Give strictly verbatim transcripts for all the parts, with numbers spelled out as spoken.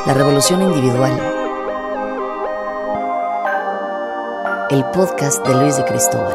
La revolución individual. El podcast de Luis de Cristóbal.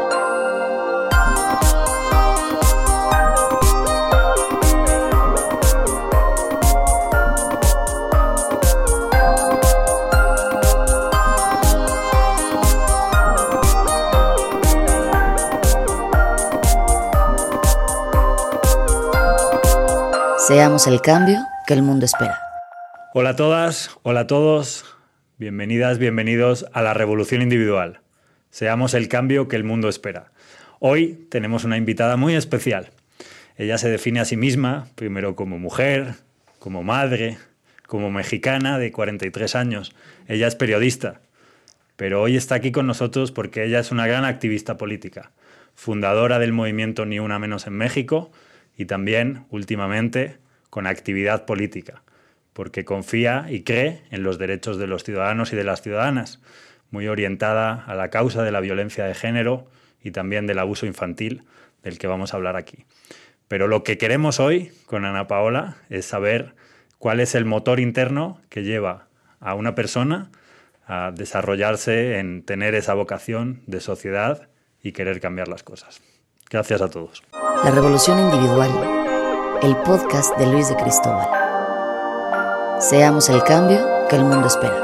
Seamos el cambio que el mundo espera. Hola a todas, hola a todos, bienvenidas, bienvenidos a la revolución individual. Seamos el cambio que el mundo espera. Hoy tenemos una invitada muy especial. Ella se define a sí misma, primero como mujer, como madre, como mexicana de cuarenta y tres años. Ella es periodista, pero hoy está aquí con nosotros porque ella es una gran activista política, fundadora del movimiento Ni Una Menos en México y también, últimamente, con actividad política, porque confía y cree en los derechos de los ciudadanos y de las ciudadanas, muy orientada a la causa de la violencia de género y también del abuso infantil, del que vamos a hablar aquí. Pero lo que queremos hoy con Ana Paola es saber cuál es el motor interno que lleva a una persona a desarrollarse en tener esa vocación de sociedad y querer cambiar las cosas. Gracias a todos. La revolución individual. El podcast de Luis de Cristóbal. Seamos el cambio que el mundo espera.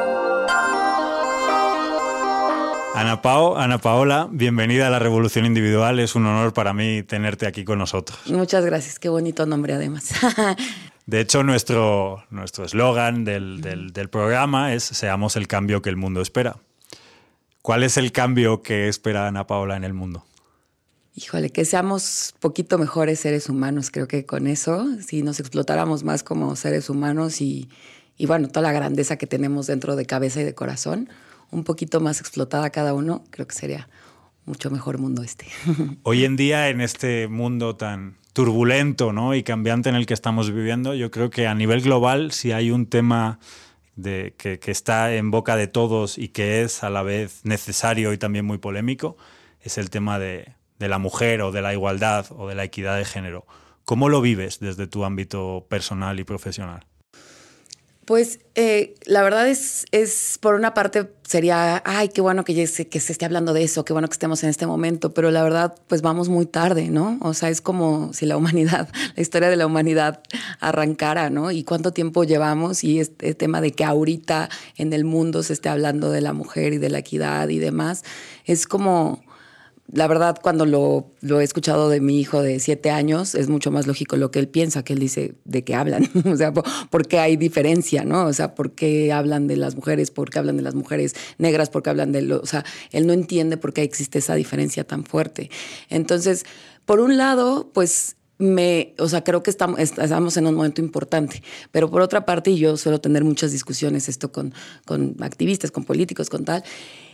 Ana Pao, Ana Paola, bienvenida a la Revolución Individual. Es un honor para mí tenerte aquí con nosotros. Muchas gracias, qué bonito nombre además. De hecho, nuestro nuestro eslogan del, del, del programa es Seamos el cambio que el mundo espera. ¿Cuál es el cambio que espera Ana Paola en el mundo? Híjole, que seamos poquito mejores seres humanos, creo que con eso, si nos explotáramos más como seres humanos y, y bueno, toda la grandeza que tenemos dentro de cabeza y de corazón, un poquito más explotada cada uno, creo que sería mucho mejor mundo este. Hoy en día, en este mundo tan turbulento, ¿no?, y cambiante en el que estamos viviendo, yo creo que a nivel global, si hay un tema de, que, que está en boca de todos y que es a la vez necesario y también muy polémico, es el tema de... de la mujer o de la igualdad o de la equidad de género. ¿Cómo lo vives desde tu ámbito personal y profesional? Pues eh, la verdad es, es, por una parte sería, ay, qué bueno que, se, que se esté hablando de eso, qué bueno que estemos en este momento, pero la verdad, pues vamos muy tarde, ¿no? O sea, es como si la humanidad, la historia de la humanidad arrancara, ¿no? Y cuánto tiempo llevamos y este tema de que ahorita en el mundo se esté hablando de la mujer y de la equidad y demás, es como... La verdad, cuando lo, lo he escuchado de mi hijo de siete años, es mucho más lógico lo que él piensa, que él dice de qué hablan. O sea, ¿por, por qué hay diferencia, no? O sea, ¿por qué hablan de las mujeres? ¿Por qué hablan de las mujeres negras? ¿Por qué hablan de lo...? O sea, él no entiende por qué existe esa diferencia tan fuerte. Entonces, por un lado, pues... Me, o sea, creo que estamos, estamos en un momento importante, pero por otra parte, y yo suelo tener muchas discusiones esto con, con activistas, con políticos, con tal,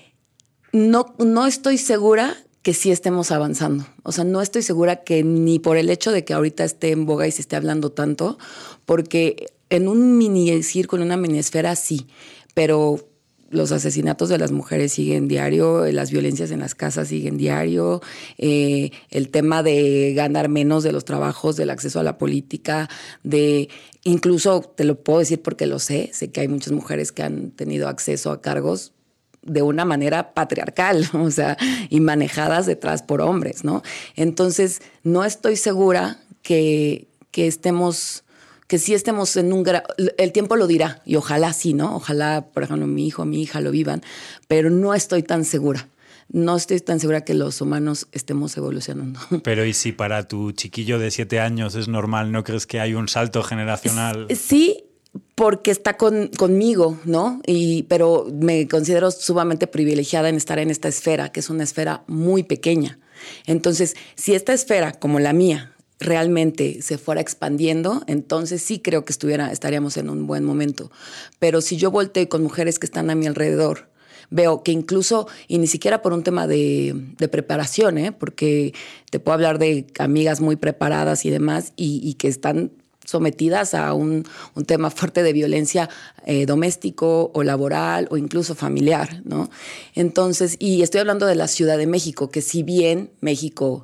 no, no estoy segura que sí estemos avanzando. O sea, no estoy segura que ni por el hecho de que ahorita esté en boga y se esté hablando tanto, porque en un mini círculo, en una mini esfera, sí, pero los asesinatos de las mujeres siguen diario, las violencias en las casas siguen diario, eh, el tema de ganar menos de los trabajos, del acceso a la política, de incluso, te lo puedo decir porque lo sé, sé que hay muchas mujeres que han tenido acceso a cargos de una manera patriarcal, o sea, y manejadas detrás por hombres, ¿no? Entonces, no estoy segura que, que estemos, que sí estemos en un... Gra- el tiempo lo dirá, y ojalá sí, ¿no? Ojalá, por ejemplo, mi hijo, mi hija lo vivan, pero no estoy tan segura. No estoy tan segura que los humanos estemos evolucionando. Pero ¿y si para tu chiquillo de siete años es normal, no crees que hay un salto generacional? Sí, porque está con, conmigo, ¿no? Y, pero me considero sumamente privilegiada en estar en esta esfera, que es una esfera muy pequeña. Entonces, si esta esfera, como la mía, realmente se fuera expandiendo, entonces sí creo que estuviera, estaríamos en un buen momento. Pero si yo volteo con mujeres que están a mi alrededor, veo que incluso, y ni siquiera por un tema de, de preparación, ¿eh? Porque te puedo hablar de amigas muy preparadas y demás, y, y que están sometidas a un, un tema fuerte de violencia eh, doméstico o laboral o incluso familiar, ¿no? Entonces, y estoy hablando de la Ciudad de México, que si bien México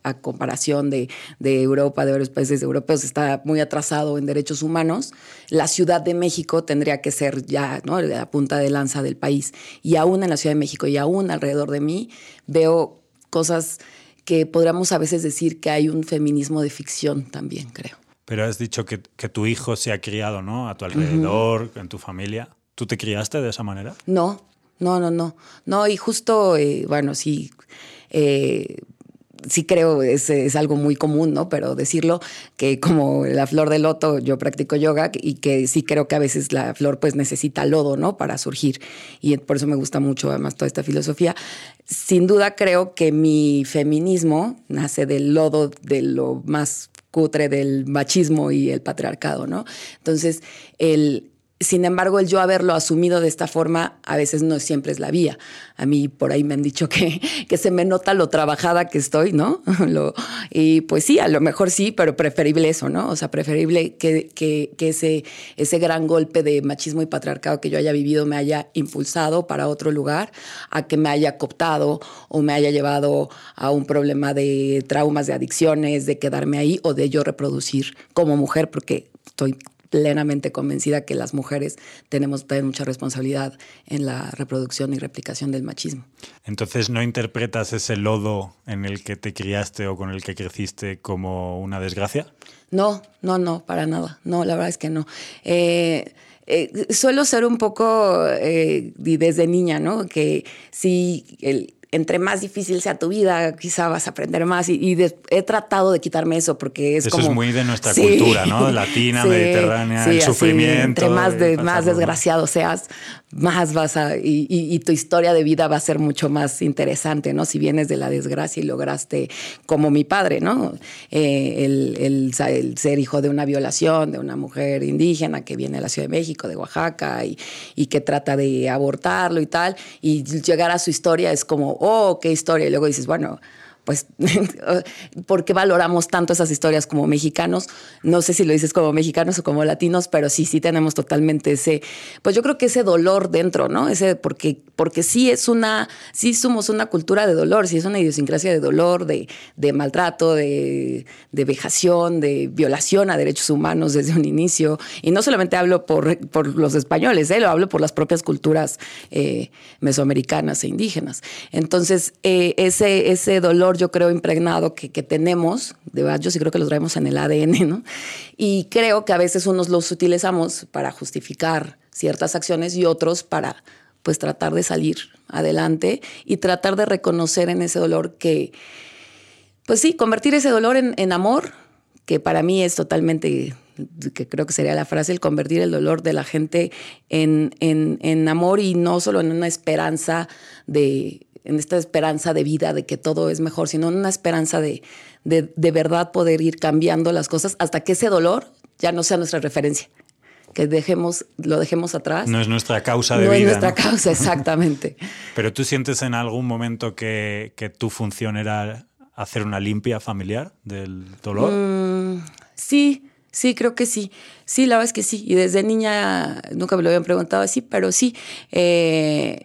a comparación de, de Europa, de varios países europeos, está muy atrasado en derechos humanos. La Ciudad de México tendría que ser ya, ¿no?, la punta de lanza del país. Y aún en la Ciudad de México y aún alrededor de mí veo cosas que podríamos a veces decir que hay un feminismo de ficción también, creo. Pero has dicho que, que tu hijo se ha criado, ¿no?, a tu alrededor, uh-huh. en tu familia. ¿Tú te criaste de esa manera? No, no, no, no. No, y justo, eh, bueno, sí, eh, sí creo, es, es algo muy común, ¿no? Pero decirlo, que como la flor de loto, yo practico yoga y que sí creo que a veces la flor pues necesita lodo, ¿no?, para surgir. Y por eso me gusta mucho además toda esta filosofía. Sin duda creo que mi feminismo nace del lodo de lo más cutre del machismo y el patriarcado, ¿no? Entonces, el... Sin embargo, el yo haberlo asumido de esta forma a veces no siempre es la vía. A mí por ahí me han dicho que, que se me nota lo trabajada que estoy, ¿no? Lo, y pues sí, a lo mejor sí, pero preferible eso, ¿no? O sea, preferible que, que, que ese, ese gran golpe de machismo y patriarcado que yo haya vivido me haya impulsado para otro lugar, a que me haya cooptado o me haya llevado a un problema de traumas, de adicciones, de quedarme ahí o de yo reproducir como mujer, porque estoy plenamente convencida que las mujeres tenemos también mucha responsabilidad en la reproducción y replicación del machismo. Entonces, ¿no interpretas ese lodo en el que te criaste o con el que creciste como una desgracia? No, no, no, para nada. No, la verdad es que no. Eh, eh, suelo ser un poco eh, desde niña, ¿no? Que sí, el... entre más difícil sea tu vida, quizá vas a aprender más. Y, y de, he tratado de quitarme eso porque es eso como... Eso es muy de nuestra sí, cultura, ¿no? Latina, sí, mediterránea, sí, el así, sufrimiento. Entre más, de, más desgraciado seas, más vas a... Y, y, y tu historia de vida va a ser mucho más interesante, ¿no? Si vienes de la desgracia y lograste, como mi padre, ¿no? Eh, el, el, el ser hijo de una violación, de una mujer indígena que viene a la Ciudad de México, de Oaxaca, y, y que trata de abortarlo y tal. Y llegar a su historia es como... oh, qué historia. Y luego dices, bueno, pues, ¿por qué valoramos tanto esas historias como mexicanos? No sé si lo dices como mexicanos o como latinos, pero sí, sí tenemos totalmente ese, pues yo creo que ese dolor dentro, ¿no? Ese, porque, porque sí es una, sí somos una cultura de dolor, sí es una idiosincrasia de dolor, de, de maltrato, de, de vejación, de violación a derechos humanos desde un inicio. Y no solamente hablo por, por los españoles, ¿eh? Lo hablo por las propias culturas eh, mesoamericanas e indígenas. Entonces, eh, ese, ese dolor yo creo impregnado que, que tenemos, de verdad yo sí creo que lo traemos en el A D N, ¿no? Y creo que a veces unos los utilizamos para justificar ciertas acciones y otros para pues tratar de salir adelante y tratar de reconocer en ese dolor que, pues sí, convertir ese dolor en, en amor, que para mí es totalmente, que creo que sería la frase, el convertir el dolor de la gente en, en, en amor y no solo en una esperanza de... en esta esperanza de vida, de que todo es mejor, sino en una esperanza de, de, de verdad poder ir cambiando las cosas hasta que ese dolor ya no sea nuestra referencia, que dejemos, lo dejemos atrás. No es nuestra causa de no vida. No es nuestra ¿no? causa, exactamente. ¿Pero tú sientes en algún momento que, que tu función era hacer una limpia familiar del dolor? Mm, sí, sí, creo que sí. Sí, la verdad es que sí. Y desde niña nunca me lo habían preguntado así, pero sí. Eh,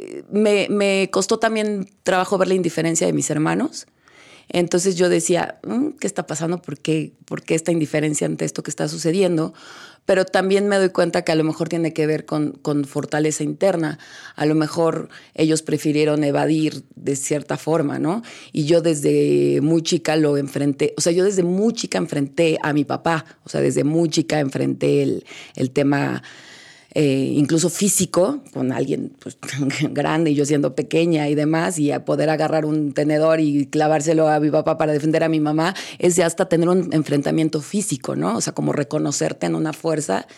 me, me costó también trabajo ver la indiferencia de mis hermanos. Entonces yo decía, ¿qué está pasando? ¿Por qué, ¿Por qué esta indiferencia ante esto que está sucediendo? Pero también me doy cuenta que a lo mejor tiene que ver con, con fortaleza interna. A lo mejor ellos prefirieron evadir de cierta forma, ¿no? Y yo desde muy chica lo enfrenté. O sea, yo desde muy chica enfrenté a mi papá. O sea, desde muy chica enfrenté el, el tema... Eh, incluso físico, con alguien pues, grande y yo siendo pequeña y demás, y a poder agarrar un tenedor y clavárselo a mi papá para defender a mi mamá, es de hasta tener un enfrentamiento físico, ¿no? O sea, como reconocerte en una fuerza.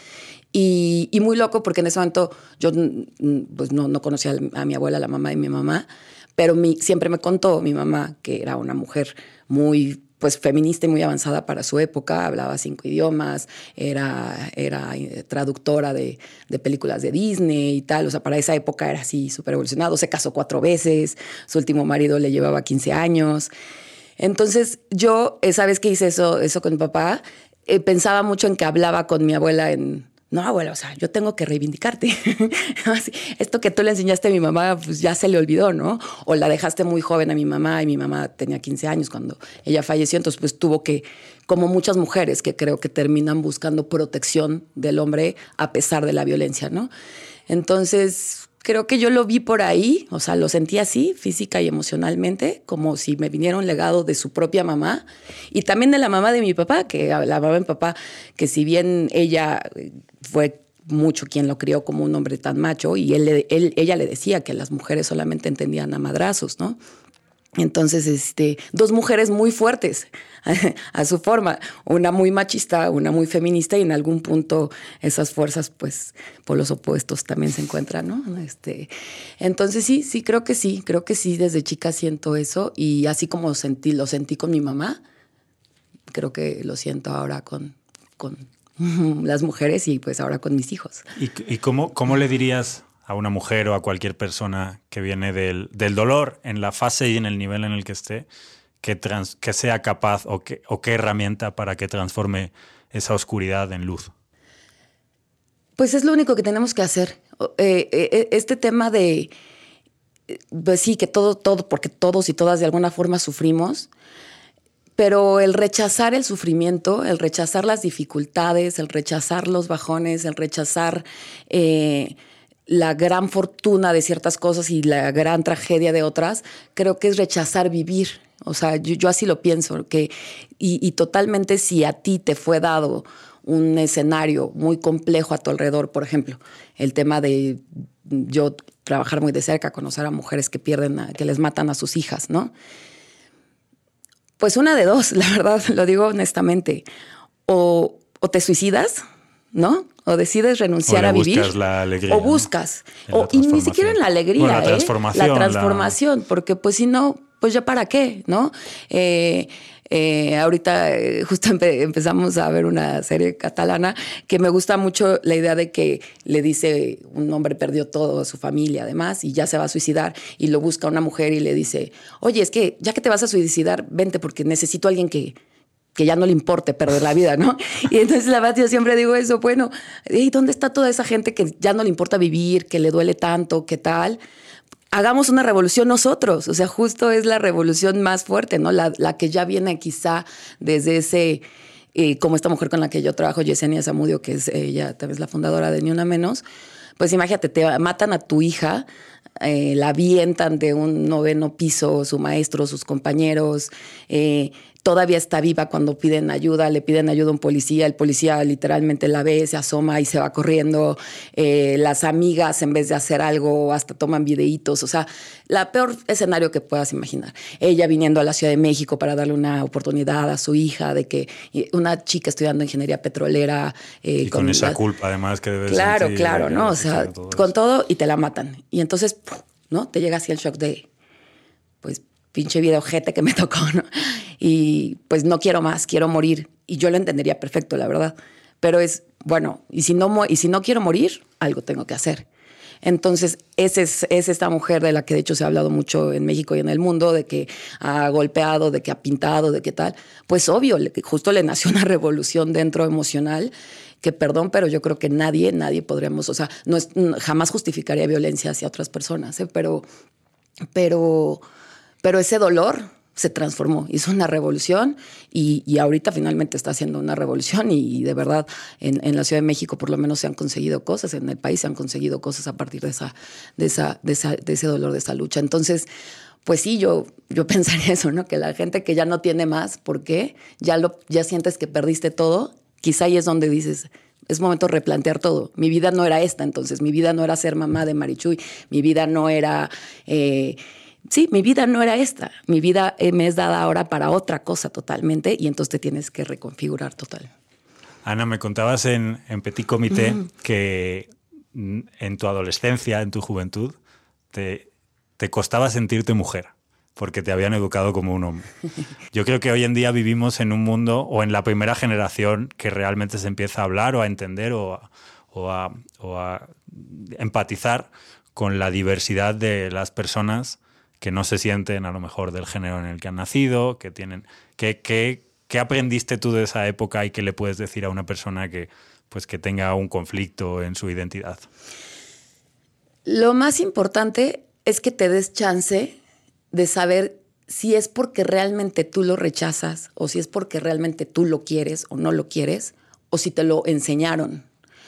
Y, y muy loco porque en ese momento yo pues, no, no conocía a mi abuela, la mamá de mi mamá, pero mi, siempre me contó mi mamá que era una mujer muy... pues feminista y muy avanzada para su época, hablaba cinco idiomas, era, era traductora de, de películas de Disney y tal, o sea, para esa época era así súper evolucionado, se casó cuatro veces, su último marido le llevaba quince años. Entonces yo, esa vez que hice eso, eso con mi papá, eh, pensaba mucho en que hablaba con mi abuela en no, abuela, o sea, yo tengo que reivindicarte. Esto que tú le enseñaste a mi mamá, pues ya se le olvidó, ¿no? O la dejaste muy joven a mi mamá y mi mamá tenía quince años cuando ella falleció, entonces pues tuvo que, como muchas mujeres que creo que terminan buscando protección del hombre a pesar de la violencia, ¿no? Entonces, creo que yo lo vi por ahí, o sea, lo sentí así, física y emocionalmente, como si me viniera un legado de su propia mamá y también de la mamá de mi papá, que la mamá de mi papá, que si bien ella fue mucho quien lo crió como un hombre tan macho y él, él, ella le decía que las mujeres solamente entendían a madrazos, ¿no? Entonces, este, dos mujeres muy fuertes a, a su forma, una muy machista, una muy feminista y en algún punto esas fuerzas, pues, por los opuestos también se encuentran, ¿no? Este, entonces sí, sí, creo que sí, creo que sí, desde chica siento eso y así como sentí, lo sentí con mi mamá, creo que lo siento ahora con, con las mujeres y pues ahora con mis hijos. ¿Y, y cómo, cómo le dirías a una mujer o a cualquier persona que viene del, del dolor en la fase y en el nivel en el que esté, que, trans, que sea capaz o, que, o qué herramienta para que transforme esa oscuridad en luz? Pues es lo único que tenemos que hacer. Eh, eh, este tema de, pues sí, que todo, todo, porque todos y todas de alguna forma sufrimos, pero el rechazar el sufrimiento, el rechazar las dificultades, el rechazar los bajones, el rechazar eh, la gran fortuna de ciertas cosas y la gran tragedia de otras, creo que es rechazar vivir. O sea, yo, yo así lo pienso. Que, y, y totalmente si a ti te fue dado un escenario muy complejo a tu alrededor, por ejemplo, el tema de yo trabajar muy de cerca, conocer a mujeres que pierden, a, que les matan a sus hijas, ¿no? Pues una de dos, la verdad, lo digo honestamente. O, o te suicidas, ¿no? O decides renunciar o a vivir. Buscas la alegría, o buscas. ¿no? O, y ni siquiera en la alegría, bueno, la ¿eh? transformación. La transformación, la... porque pues si no, pues ya para qué, ¿no? Eh, eh, ahorita eh, justo empe empezamos a ver una serie catalana que me gusta mucho la idea de que le dice un hombre perdió todo, su familia además, y ya se va a suicidar y lo busca una mujer y le dice, oye, es que ya que te vas a suicidar, vente porque necesito a alguien que... que ya no le importe perder la vida, ¿no? Y entonces la verdad yo siempre digo eso, bueno, ¿y dónde está toda esa gente que ya no le importa vivir, que le duele tanto, qué tal? Hagamos una revolución nosotros, o sea, justo es la revolución más fuerte, ¿no? La, la que ya viene quizá desde ese, eh, como esta mujer con la que yo trabajo, Yesenia Zamudio, que es ella también es la fundadora de Ni Una Menos, pues imagínate, te matan a tu hija, eh, la avientan de un noveno piso, su maestro, sus compañeros, eh, todavía está viva cuando piden ayuda, le piden ayuda a un policía, el policía literalmente la ve, se asoma y se va corriendo, eh, las amigas en vez de hacer algo hasta toman videitos, o sea, la peor escenario que puedas imaginar. Ella viniendo a la Ciudad de México para darle una oportunidad a su hija de que una chica estudiando ingeniería petrolera. Eh, y con, con esa la... culpa además que debes Claro, sentir, claro, ¿no? O sea, todo con todo y te la matan. Y entonces, ¿no? Te llega así el shock de, pues, pinche vida ojete que me tocó, ¿no? Y pues no quiero más, quiero morir. Y yo lo entendería perfecto, la verdad. Pero es, bueno, y si no, y si no quiero morir, algo tengo que hacer. Entonces, ese es, es esta mujer de la que de hecho se ha hablado mucho en México y en el mundo, de que ha golpeado, de que ha pintado, de qué tal. Pues obvio, justo le nació una revolución dentro emocional que, perdón, pero yo creo que nadie, nadie podríamos, o sea, no es, jamás justificaría violencia hacia otras personas, ¿eh? pero, pero, pero ese dolor se transformó, hizo una revolución y, y ahorita finalmente está haciendo una revolución y, y de verdad en, en la Ciudad de México por lo menos se han conseguido cosas, en el país se han conseguido cosas a partir de, esa, de, esa, de, esa, de ese dolor, de esa lucha. Entonces, pues sí, yo, yo pensaría eso, ¿no? Que la gente que ya no tiene más, ¿por qué? Ya, lo, ya sientes que perdiste todo, quizá ahí es donde dices... Es momento de replantear todo. Mi vida no era esta, entonces mi vida no era ser mamá de Marichuy, mi vida no era... Eh, sí, mi vida no era esta. Mi vida eh, me es dada ahora para otra cosa totalmente y entonces te tienes que reconfigurar total. Ana, me contabas en, en Petit Comité uh-huh. que en tu adolescencia, en tu juventud, te, te costaba sentirte mujer porque te habían educado como un hombre. Yo creo que hoy en día vivimos en un mundo, o en la primera generación, que realmente se empieza a hablar o a entender o a, o a, o a empatizar con la diversidad de las personas que no se sienten a lo mejor del género en el que han nacido, que tienen... ¿Qué, qué, qué aprendiste tú de esa época y qué le puedes decir a una persona que pues que tenga un conflicto en su identidad? Lo más importante es que te des chance de saber si es porque realmente tú lo rechazas o si es porque realmente tú lo quieres o no lo quieres o si te lo enseñaron.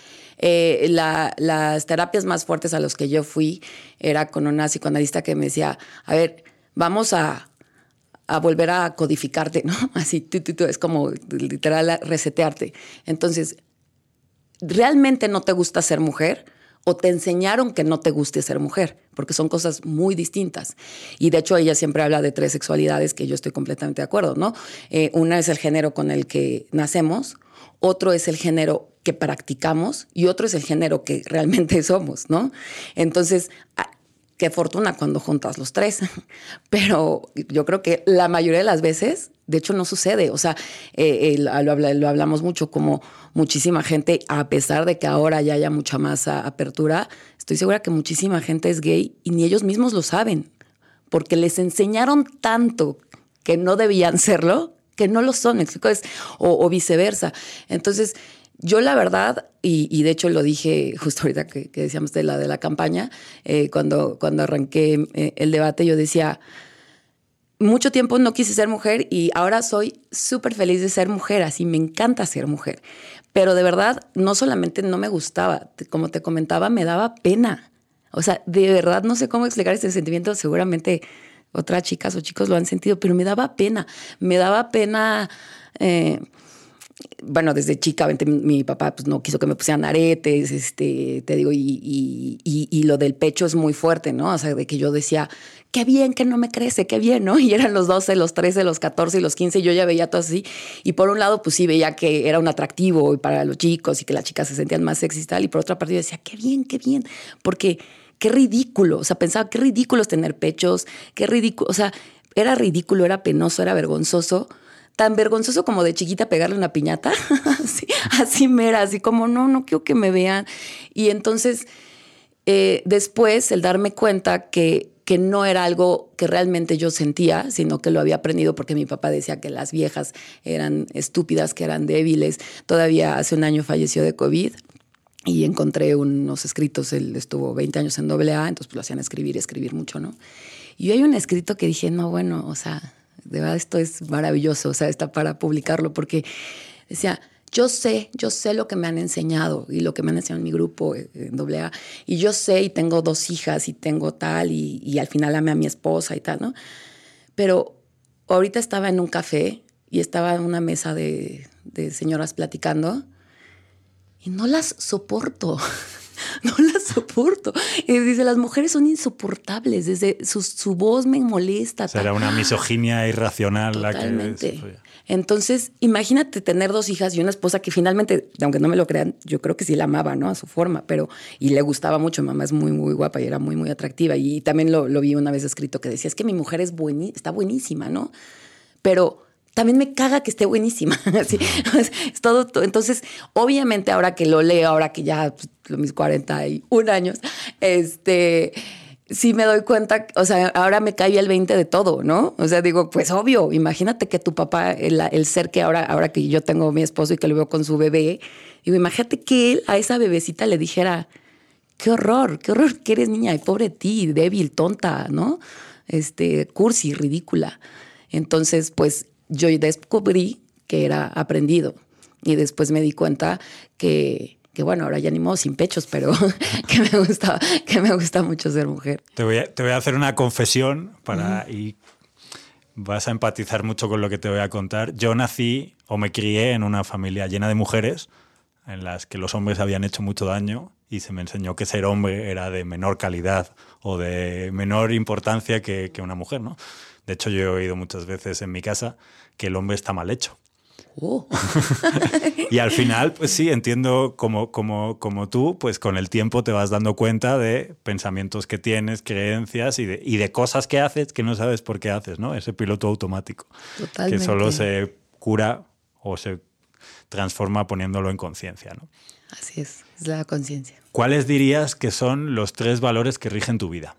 Eh, la, las terapias más fuertes a los que yo fui era con una psicoanalista que me decía, a ver, vamos a, a volver a codificarte, ¿no? Así, tú, tú, tú, es como literal resetearte. Entonces, ¿realmente no te gusta ser mujer? ¿O te enseñaron que no te guste ser mujer? Porque son cosas muy distintas. Y de hecho ella siempre habla de tres sexualidades que yo estoy completamente de acuerdo, ¿no? Eh, una es el género con el que nacemos, otro es el género que practicamos y otro es el género que realmente somos, ¿no? Entonces, qué fortuna cuando juntas los tres. Pero yo creo que la mayoría de las veces, de hecho, no sucede. O sea, eh, eh, lo, lo hablamos mucho, como muchísima gente, a pesar de que ahora ya haya mucha más apertura, estoy segura que muchísima gente es gay y ni ellos mismos lo saben, porque les enseñaron tanto que no debían serlo, que no lo son, o, o viceversa. Entonces, yo la verdad, y, y de hecho lo dije justo ahorita que, que decíamos de la, de la campaña, eh, cuando, cuando arranqué eh, el debate, yo decía, mucho tiempo no quise ser mujer y ahora soy súper feliz de ser mujer, así me encanta ser mujer. Pero de verdad, no solamente no me gustaba, como te comentaba, me daba pena. O sea, de verdad no sé cómo explicar este sentimiento, seguramente otras chicas o chicos lo han sentido, pero me daba pena, me daba pena... Eh, bueno, desde chica, mi, mi papá pues, no quiso que me pusieran aretes, este, te digo, y, y, y, y lo del pecho es muy fuerte, ¿no? O sea, de que yo decía, qué bien que no me crece, qué bien, ¿no? Y eran los doce, los trece, los catorce y los quince, y yo ya veía todo así. Y por un lado, pues sí, veía que era un atractivo para los chicos y que las chicas se sentían más sexys y tal. Y por otra parte, yo decía, qué bien, qué bien. Porque qué ridículo. O sea, pensaba, qué ridículo es tener pechos, qué ridículo. O sea, era ridículo, era penoso, era vergonzoso. Tan vergonzoso como de chiquita pegarle una piñata, así, así mera, así como no, no quiero que me vean. Y entonces, eh, después, el darme cuenta que, que no era algo que realmente yo sentía, sino que lo había aprendido porque mi papá decía que las viejas eran estúpidas, que eran débiles. Todavía hace un año falleció de COVID y encontré unos escritos, él estuvo veinte años en doble A, entonces pues, lo hacían escribir, escribir mucho, ¿no? Y hay un escrito que dije, no, bueno, o sea... de verdad esto es maravilloso, o sea, está para publicarlo, porque decía, yo sé, yo sé lo que me han enseñado y lo que me han enseñado en mi grupo en doble A, y yo sé y tengo dos hijas y tengo tal, y, y al final amé a mi esposa y tal, ¿no? Pero ahorita estaba en un café y estaba en una mesa de, de señoras platicando y no las soporto. No las soporto. Y dice, las mujeres son insoportables. Desde su, su voz me molesta. Será una misoginia irracional. Totalmente. La que... Entonces, imagínate tener dos hijas y una esposa que finalmente, aunque no me lo crean, yo creo que sí la amaba, ¿no? A su forma, pero... Y le gustaba mucho. Mi mamá es muy, muy guapa y era muy, muy atractiva. Y también lo, lo vi una vez escrito que decía, es que mi mujer es buení, está buenísima, ¿no? Pero... también me caga que esté buenísima. Así, es todo, todo. Entonces, obviamente, ahora que lo leo, ahora que ya pues, mis cuarenta y un años, este, sí me doy cuenta, o sea, ahora me cae el veinte de todo, ¿no? O sea, digo, pues obvio, imagínate que tu papá, el, el ser que ahora, ahora que yo tengo mi esposo y que lo veo con su bebé, digo, imagínate que él a esa bebecita le dijera, qué horror, qué horror que eres niña, y pobre de ti, débil, tonta, ¿no? Este, cursi, ridícula. Entonces, pues, yo descubrí que era aprendido y después me di cuenta que, que bueno, ahora ya ni modo sin pechos, pero que me gusta, que me gusta mucho ser mujer. Te voy a, te voy a hacer una confesión para uh-huh. y vas a empatizar mucho con lo que te voy a contar. Yo nací o me crié en una familia llena de mujeres en las que los hombres habían hecho mucho daño y se me enseñó que ser hombre era de menor calidad o de menor importancia que, que una mujer, ¿no? De hecho, yo he oído muchas veces en mi casa que el hombre está mal hecho. Oh. Y al final, pues sí, entiendo como, como, como tú, pues con el tiempo te vas dando cuenta de pensamientos que tienes, creencias y de, y de cosas que haces que no sabes por qué haces, ¿no? Ese piloto automático. Totalmente. Que solo se cura o se transforma poniéndolo en conciencia, ¿no? Así es, es la conciencia. ¿Cuáles dirías que son los tres valores que rigen tu vida?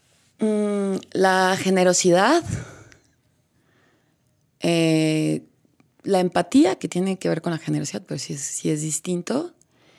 La generosidad, eh, la empatía, que tiene que ver con la generosidad, pero sí es, sí es distinto.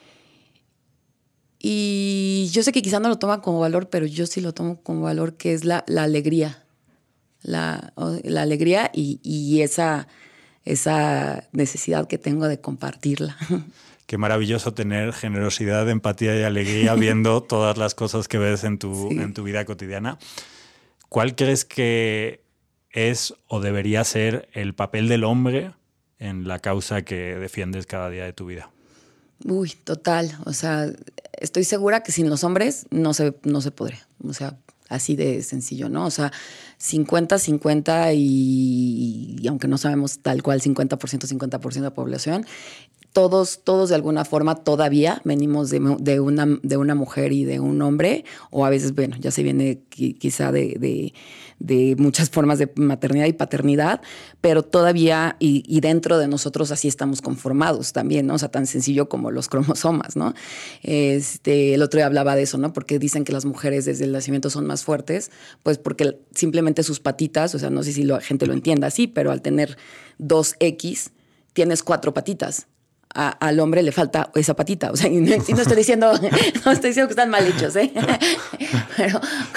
Y yo sé que quizás no lo toman como valor, pero yo sí lo tomo como valor, que es la, la alegría. La, la alegría y, y esa, esa necesidad que tengo de compartirla. Qué maravilloso tener generosidad, empatía y alegría viendo todas las cosas que ves en tu, sí. en tu vida cotidiana. ¿Cuál crees que es o debería ser el papel del hombre en la causa que defiendes cada día de tu vida? Uy, total. O sea, estoy segura que sin los hombres no se, no se podría. O sea, así de sencillo, ¿no? O sea, cincuenta cincuenta y, y aunque no sabemos tal cual cincuenta por ciento, cincuenta por ciento de la población, todos, todos de alguna forma todavía venimos de, de, una, de una mujer y de un hombre, o a veces, bueno, ya se viene quizá de, de, de muchas formas de maternidad y paternidad, pero todavía y, y dentro de nosotros así estamos conformados también, ¿no? O sea, tan sencillo como los cromosomas, ¿no? Este, el otro día hablaba de eso, ¿no? Porque dicen que las mujeres desde el nacimiento son más fuertes, pues porque simplemente sus patitas, o sea, no sé si la gente lo entienda así, pero al tener dos equis, tienes cuatro patitas. A, al hombre le falta esa patita. O sea, y no, y no estoy diciendo, no estoy diciendo que están mal hechos, ¿eh? Pero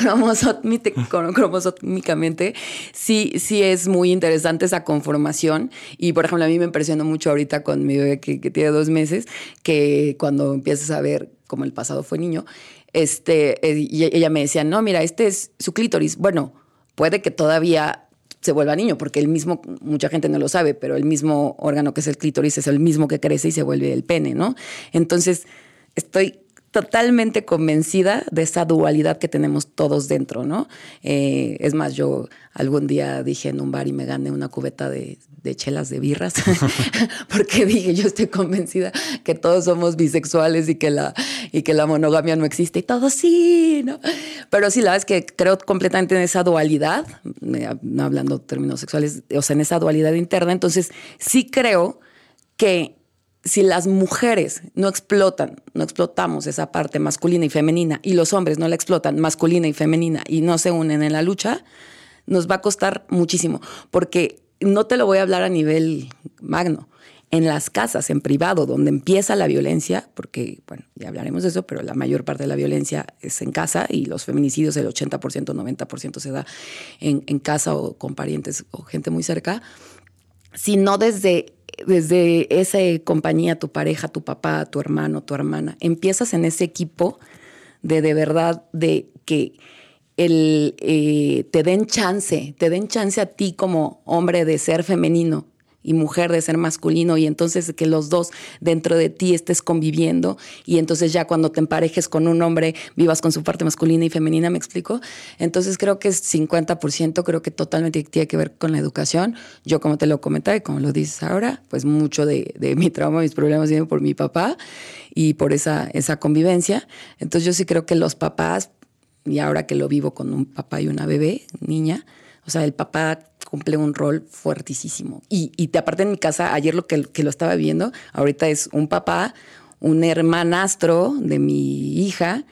cromosómicamente sí, sí es muy interesante esa conformación. Y, por ejemplo, a mí me impresionó mucho ahorita con mi bebé que, que tiene dos meses, que cuando empiezas a ver cómo el pasado fue niño, este, y ella me decía, no, mira, este es su clítoris. Bueno, puede que todavía se vuelva niño, porque el mismo, mucha gente no lo sabe, pero el mismo órgano que es el clítoris es el mismo que crece y se vuelve el pene, ¿no? Entonces, estoy totalmente convencida de esa dualidad que tenemos todos dentro, ¿no? Eh, es más, yo algún día dije en un bar y me gané una cubeta de, de chelas de birras, porque dije, yo estoy convencida que todos somos bisexuales y que la, y que la monogamia no existe, y todo sí, ¿no? Pero sí, la verdad es que creo completamente en esa dualidad, no hablando de términos sexuales, o sea, en esa dualidad interna. Entonces, sí creo que si las mujeres no explotan, no explotamos esa parte masculina y femenina, y los hombres no la explotan masculina y femenina y no se unen en la lucha, nos va a costar muchísimo. Porque no te lo voy a hablar a nivel magno. En las casas, en privado, donde empieza la violencia, porque, bueno, ya hablaremos de eso, pero la mayor parte de la violencia es en casa y los feminicidios, el ochenta por ciento, noventa por ciento se da en, en casa o con parientes o gente muy cerca. Si no desde... desde esa compañía, tu pareja, tu papá, tu hermano, tu hermana, empiezas en ese equipo de de verdad de que el, eh, te den chance, te den chance a ti como hombre de ser femenino y mujer de ser masculino, y entonces que los dos dentro de ti estés conviviendo, y entonces ya cuando te emparejes con un hombre vivas con su parte masculina y femenina, ¿me explico? Entonces creo que es cincuenta por ciento, creo que totalmente tiene que ver con la educación. Yo, como te lo comentaba y como lo dices ahora, pues mucho de, de mi trauma, mis problemas vienen por mi papá y por esa, esa convivencia. Entonces yo sí creo que los papás, y ahora que lo vivo con un papá y una bebé, niña, o sea, el papá cumple un rol fuertísimo. Y, y te, aparte en mi casa, ayer lo que, que lo estaba viendo, ahorita es un papá, un hermanastro de mi hija,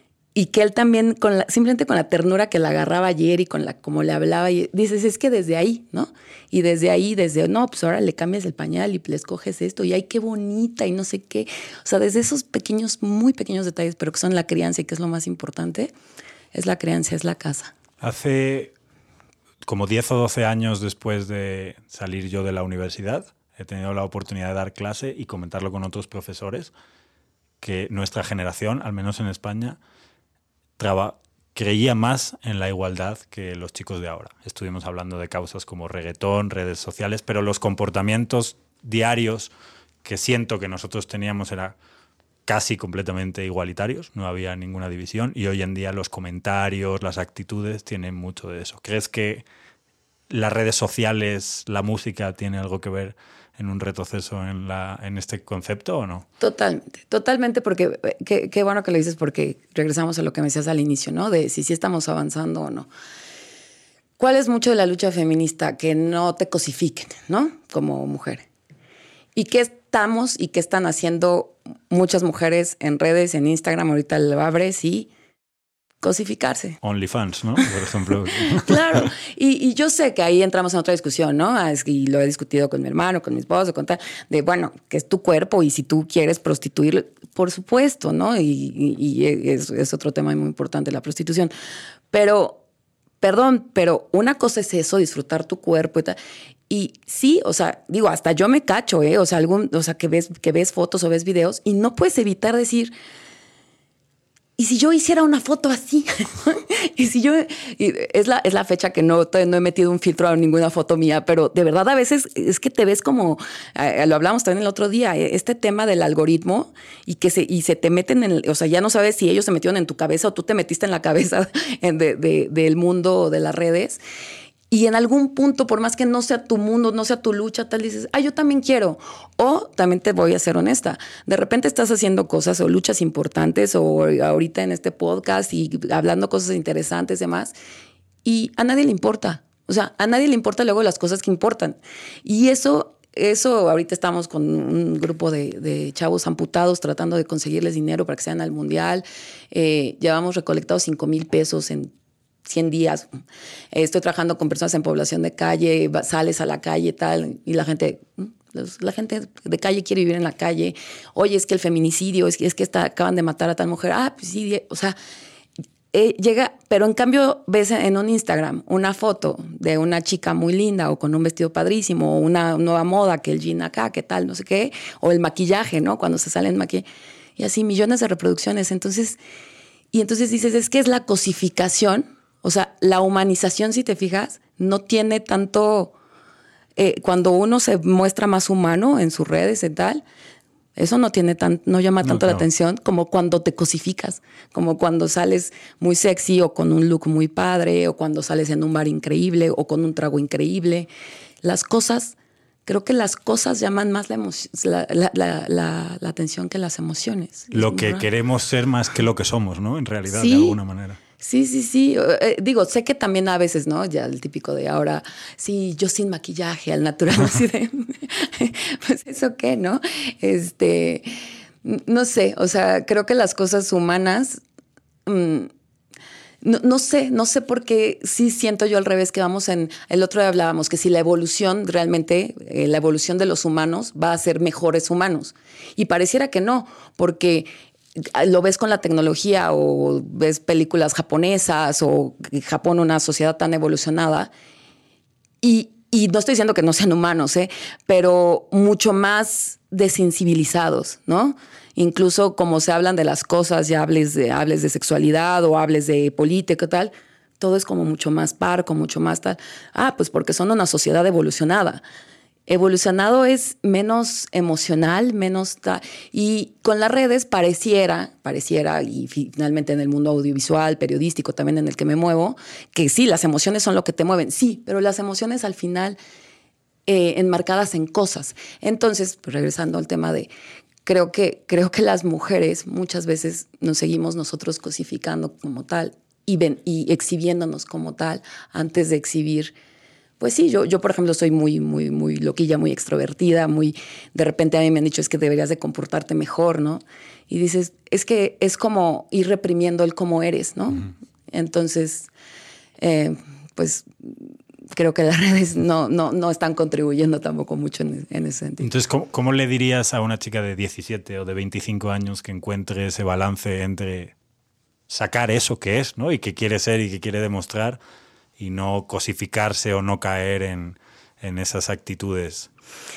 y que él también, con la, simplemente con la ternura que la agarraba ayer y con la como le hablaba, y dices, es que desde ahí, ¿no? Y desde ahí, desde, no, pues ahora le cambias el pañal y le escoges esto, y ay, qué bonita, y no sé qué. O sea, desde esos pequeños, muy pequeños detalles, pero que son la crianza y que es lo más importante, es la crianza, es la casa. Hace como diez o doce años después de salir yo de la universidad, he tenido la oportunidad de dar clase y comentarlo con otros profesores, que nuestra generación, al menos en España, traba, creía más en la igualdad que los chicos de ahora. Estuvimos hablando de causas como reggaetón, redes sociales, pero los comportamientos diarios que siento que nosotros teníamos era casi completamente igualitarios, no había ninguna división, y hoy en día los comentarios, las actitudes tienen mucho de eso. ¿Crees que las redes sociales, la música, tiene algo que ver en un retroceso en, la, en este concepto o no? Totalmente, totalmente, porque qué, qué bueno que lo dices, porque regresamos a lo que me decías al inicio, ¿no? De si sí estamos avanzando o no. ¿Cuál es mucho de la lucha feminista? Que no te cosifiquen, ¿no? Como mujer. ¿Y qué estamos y qué están haciendo muchas mujeres en redes, en Instagram? Ahorita lo abres y cosificarse. OnlyFans, ¿no? Por ejemplo. Claro. Y, y yo sé que ahí entramos en otra discusión, ¿no? Y lo he discutido con mi hermano, con mi esposo, con tal, de, bueno, que es tu cuerpo y si tú quieres prostituirlo, por supuesto, ¿no? Y, y, y es, es otro tema muy importante, la prostitución. Pero, perdón, pero una cosa es eso, disfrutar tu cuerpo y tal. Y sí, o sea, digo, hasta yo me cacho, ¿eh? O sea, algún, o sea, que ves, que ves fotos o ves videos y no puedes evitar decir... ¿Y si yo hiciera una foto así? y si yo... Y es, la, es la fecha que no, no he metido un filtro a ninguna foto mía, pero de verdad a veces es que te ves como... Eh, lo hablamos también el otro día, este tema del algoritmo y que se, y se te meten en... O sea, ya no sabes si ellos se metieron en tu cabeza o tú te metiste en la cabeza de, de, del mundo de las redes. Y en algún punto, por más que no sea tu mundo, no sea tu lucha, tal, dices, ah, yo también quiero. O también te voy a ser honesta. De repente estás haciendo cosas o luchas importantes o ahorita en este podcast y hablando cosas interesantes y demás. Y a nadie le importa. O sea, a nadie le importa luego las cosas que importan. Y eso, eso ahorita estamos con un grupo de, de chavos amputados tratando de conseguirles dinero para que sean al mundial. Eh, llevamos recolectados cinco mil pesos en cien días. Estoy trabajando con personas en población de calle, sales a la calle tal, y la gente, la gente de calle quiere vivir en la calle. Oye, es que el feminicidio, es que, es que está, acaban de matar a tal mujer. Ah, pues sí, o sea, eh, llega, pero en cambio ves en un Instagram una foto de una chica muy linda o con un vestido padrísimo, o una nueva moda, que el jean acá, que tal, no sé qué, o el maquillaje, ¿no? Cuando se sale en maquillaje, y así millones de reproducciones. Entonces, y entonces dices, es que es la cosificación. O sea, la humanización, si te fijas, no tiene tanto... Eh, cuando uno se muestra más humano en sus redes y tal, eso no tiene tan, no llama tanto no, claro. la atención como cuando te cosificas, como cuando sales muy sexy o con un look muy padre, o cuando sales en un bar increíble o con un trago increíble. Las cosas, creo que las cosas llaman más la, emoción, la, la, la, la, la atención que las emociones. Lo que raro. Queremos ser más que lo que somos, ¿no? En realidad, sí. de alguna manera. Sí, sí, sí. Eh, digo, sé que también a veces, ¿no? Ya el típico de ahora, sí, yo sin maquillaje, al natural, así de, pues eso qué, ¿no? Este, no sé, o sea, creo que las cosas humanas, mmm, no, no sé, no sé por qué sí siento yo al revés que vamos en, el otro día hablábamos que si la evolución realmente, eh, la evolución de los humanos va a ser mejores humanos. Y pareciera que no, porque... lo ves con la tecnología o ves películas japonesas o Japón, una sociedad tan evolucionada y, y no estoy diciendo que no sean humanos, ¿eh? Pero mucho más desensibilizados, ¿no? Incluso como se hablan de las cosas, ya hables de, hables de sexualidad o hables de política y tal, todo es como mucho más parco, mucho más tal. Ah, pues porque son una sociedad evolucionada. Evolucionado es menos emocional, menos... Ta- y con las redes pareciera, pareciera, y finalmente en el mundo audiovisual, periodístico también en el que me muevo, que sí, las emociones son lo que te mueven, sí, pero las emociones al final eh, enmarcadas en cosas. Entonces, pues regresando al tema de... Creo que, creo que las mujeres muchas veces nos seguimos nosotros cosificando como tal y, ven, y exhibiéndonos como tal antes de exhibir... Pues sí, yo, yo por ejemplo soy muy, muy, muy loquilla, muy extrovertida, muy, de repente a mí me han dicho es que deberías de comportarte mejor, ¿no? Y dices, es que es como ir reprimiendo el cómo eres, ¿no? Uh-huh. Entonces, eh, pues creo que las redes no, no, no están contribuyendo tampoco mucho en, en ese sentido. Entonces, ¿cómo, ¿cómo le dirías a una chica de diecisiete o de veinticinco años que encuentre ese balance entre sacar eso que es, ¿no? Y que quiere ser y que quiere demostrar, y no cosificarse o no caer en, en esas actitudes?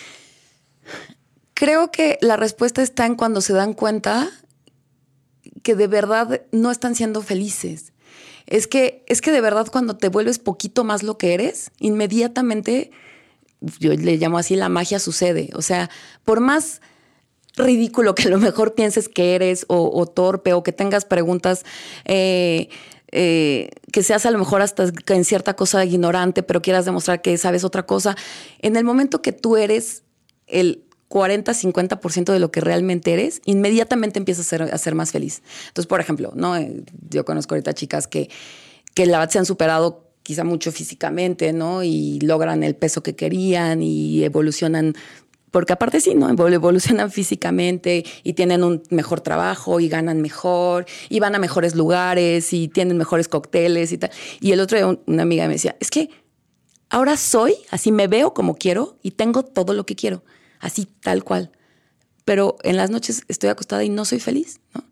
Creo que la respuesta está en cuando se dan cuenta que de verdad no están siendo felices. Es que, es que de verdad cuando te vuelves poquito más lo que eres, inmediatamente, yo le llamo así, la magia sucede. O sea, por más ridículo que a lo mejor pienses que eres o, o torpe o que tengas preguntas... Eh, Eh, que seas a lo mejor hasta en cierta cosa ignorante, pero quieras demostrar que sabes otra cosa. En el momento que tú eres el cuarenta, cincuenta por ciento de lo que realmente eres, inmediatamente empiezas a ser, a ser más feliz. Entonces, por ejemplo, ¿no? Yo conozco ahorita chicas que, que la verdad se han superado quizá mucho físicamente, ¿no? Y logran el peso que querían y evolucionan Porque aparte sí, ¿no? Evolucionan físicamente y tienen un mejor trabajo y ganan mejor y van a mejores lugares y tienen mejores cócteles y tal. Y el otro día una amiga me decía, es que ahora soy, así me veo como quiero y tengo todo lo que quiero, así tal cual. Pero en las noches estoy acostada y no soy feliz, ¿no?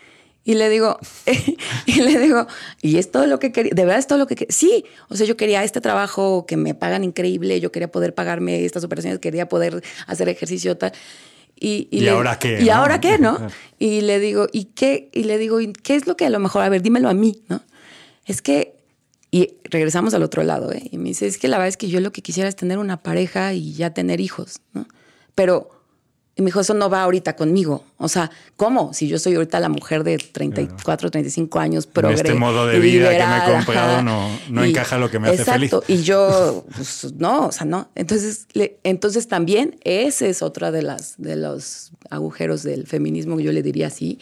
Y le digo, y le digo, ¿y es todo lo que quería? ¿De verdad es todo lo que quería? Sí, o sea, yo quería este trabajo que me pagan increíble, yo quería poder pagarme estas operaciones, quería poder hacer ejercicio tal. Y, y, ¿Y le, ahora qué? ¿Y ¿no? ahora qué, no? Y le digo, ¿y qué? Y le digo, ¿y qué es lo que a lo mejor? A ver, dímelo a mí, ¿no? Es que, y regresamos al otro lado, ¿eh? Y me dice, es que la verdad es que yo lo que quisiera es tener una pareja y ya tener hijos, ¿no? Pero... Y me dijo, eso no va ahorita conmigo. O sea, ¿cómo? Si yo soy ahorita la mujer de treinta y cuatro, treinta y cinco años, progre, en este modo de vida liberal, que me he comprado no, no y, encaja lo que me hace feliz. Exacto. Y yo, pues, no, o sea, no. Entonces, le, entonces también ese es otra de, las, de los agujeros del feminismo, yo le diría así,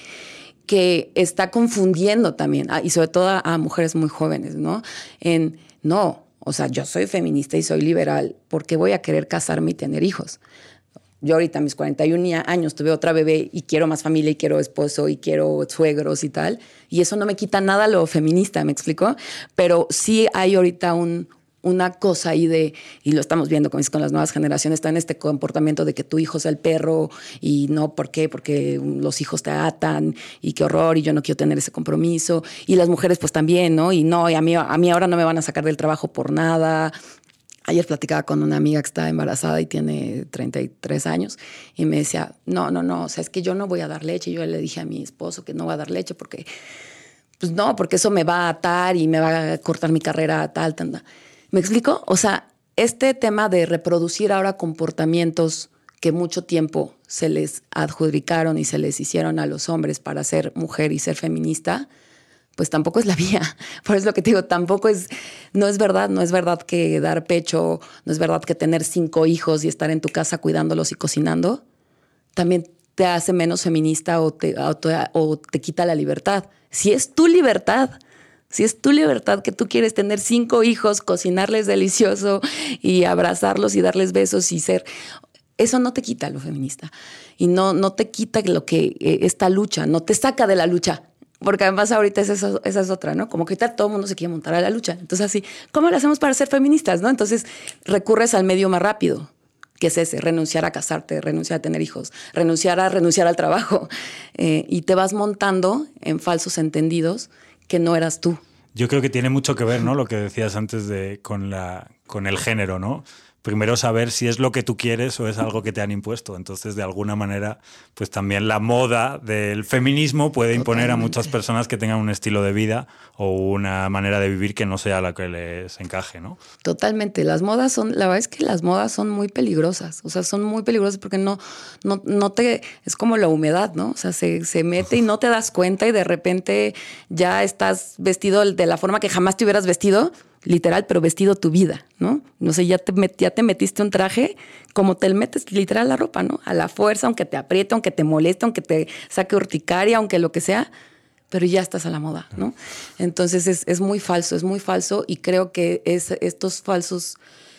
que está confundiendo también, ah, y sobre todo a, a mujeres muy jóvenes, ¿no? En, no, o sea, yo soy feminista y soy liberal, ¿por qué voy a querer casarme y tener hijos? Yo ahorita a mis cuarenta y un años tuve otra bebé y quiero más familia y quiero esposo y quiero suegros y tal. Y eso no me quita nada lo feminista, ¿me explico? Pero sí hay ahorita un, una cosa ahí de, y lo estamos viendo con, con las nuevas generaciones, está en este comportamiento de que tu hijo sea el perro y no, ¿por qué? Porque los hijos te atan y qué horror y yo no quiero tener ese compromiso. Y las mujeres pues también, ¿no? Y no, y a mí, a mí ahora no me van a sacar del trabajo por nada. Ayer platicaba con una amiga que está embarazada y tiene treinta y tres años y me decía, no, no, no, o sea, es que yo no voy a dar leche. Yo le dije a mi esposo que no voy a dar leche porque, pues no, porque eso me va a atar y me va a cortar mi carrera tal, tal, tal. ¿Me explico? O sea, este tema de reproducir ahora comportamientos que mucho tiempo se les adjudicaron y se les hicieron a los hombres para ser mujer y ser feminista, pues tampoco es la vía. Por eso lo que te digo, tampoco es, no es verdad, no es verdad que dar pecho, no es verdad que tener cinco hijos y estar en tu casa cuidándolos y cocinando, también te hace menos feminista o te, o te, o te quita la libertad. Si es tu libertad, si es tu libertad que tú quieres tener cinco hijos, cocinarles delicioso y abrazarlos y darles besos y ser... Eso no te quita lo feminista. Y no, no te quita lo que esta lucha, no te saca de la lucha. Porque además ahorita esa es, esa es otra, ¿no? Como que ahorita todo el mundo se quiere montar a la lucha. Entonces así, ¿cómo lo hacemos para ser feministas, no? Entonces recurres al medio más rápido, que es ese, renunciar a casarte, renunciar a tener hijos, renunciar a renunciar al trabajo. Eh, y te vas montando en falsos entendidos que no eras tú. Yo creo que tiene mucho que ver, ¿no? Lo que decías antes de con, la, con el género, ¿no? Primero saber si es lo que tú quieres o es algo que te han impuesto. Entonces, de alguna manera, pues también la moda del feminismo puede imponer Totalmente. A muchas personas que tengan un estilo de vida o una manera de vivir que no sea la que les encaje, ¿no? Totalmente. Las modas son, la verdad es que las modas son muy peligrosas. O sea, son muy peligrosas porque no, no, no te, es como la humedad, ¿no? O sea, se, se mete y no te das cuenta y de repente ya estás vestido de la forma que jamás te hubieras vestido. Literal, pero vestido tu vida, ¿no? No sé, ya te, met, ya te metiste un traje como te metes literal la ropa, ¿no? A la fuerza, aunque te apriete, aunque te moleste, aunque te saque urticaria, aunque lo que sea, pero ya estás a la moda, ¿no? Entonces es, es muy falso, es muy falso y creo que es, estos falsos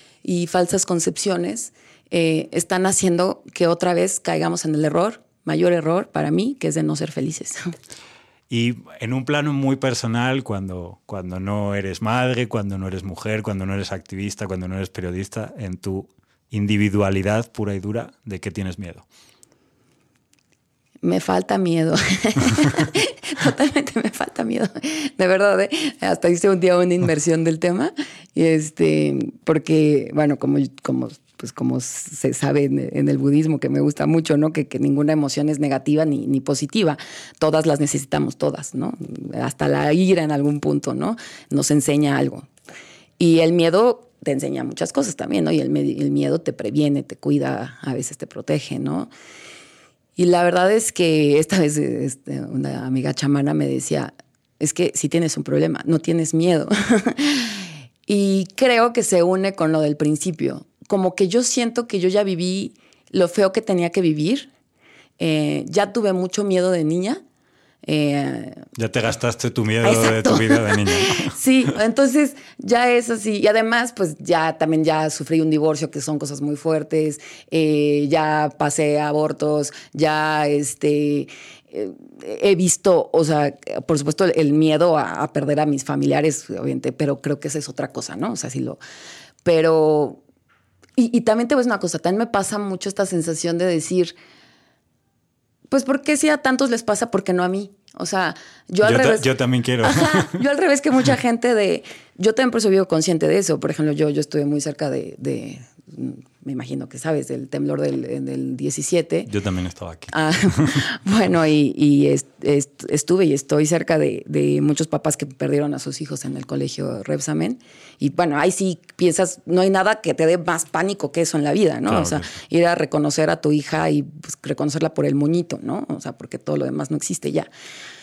y falsas concepciones eh, están haciendo que otra vez caigamos en el error, mayor error para mí, que es de no ser felices. Y en un plano muy personal, cuando, cuando no eres madre, cuando no eres mujer, cuando no eres activista, cuando no eres periodista, en tu individualidad pura y dura, ¿de qué tienes miedo? Me falta miedo. Totalmente me falta miedo. De verdad, ¿eh? Hasta hice un día una inmersión del tema. Y este, porque, bueno, como, como, pues como se sabe en, en el budismo, que me gusta mucho, ¿no? Que, que ninguna emoción es negativa ni, ni positiva. Todas las necesitamos, todas, ¿no? Hasta la ira en algún punto, ¿no? Nos enseña algo. Y el miedo te enseña muchas cosas también, ¿no? Y el, el miedo te previene, te cuida, a veces te protege, ¿no? Y la verdad es que esta vez este, una amiga chamana me decía, es que si tienes un problema, no tienes miedo. Y creo que se une con lo del principio. Como que yo siento que yo ya viví lo feo que tenía que vivir. Eh, ya tuve mucho miedo de niña. Eh, ya te gastaste tu miedo exacto. de tu vida de niña. Sí, entonces ya es así. Y además, pues ya también ya sufrí un divorcio, que son cosas muy fuertes. Eh, ya pasé abortos, ya este... Eh, he visto, o sea, por supuesto, el miedo a, a perder a mis familiares, obviamente, pero creo que esa es otra cosa, ¿no? O sea, sí lo... Pero... Y, y también te voy a decir una cosa, también me pasa mucho esta sensación de decir... Pues, ¿por qué si a tantos les pasa, por qué no a mí? O sea, yo al yo revés... Ta, yo también quiero. Ajá, yo al revés que mucha gente de... Yo también por eso vivo consciente de eso. Por ejemplo, yo, yo estuve muy cerca de, de... Me imagino que sabes, del temblor del, del diecisiete. Yo también estaba aquí. Ah, bueno, y, y est, est, estuve y estoy cerca de, de muchos papás que perdieron a sus hijos en el colegio Rebsamen. Y bueno, ahí sí piensas, no hay nada que te dé más pánico que eso en la vida, ¿no? Claro, o sea, sí. ir a reconocer a tu hija y pues, reconocerla por el moñito, ¿no? O sea, porque todo lo demás no existe ya.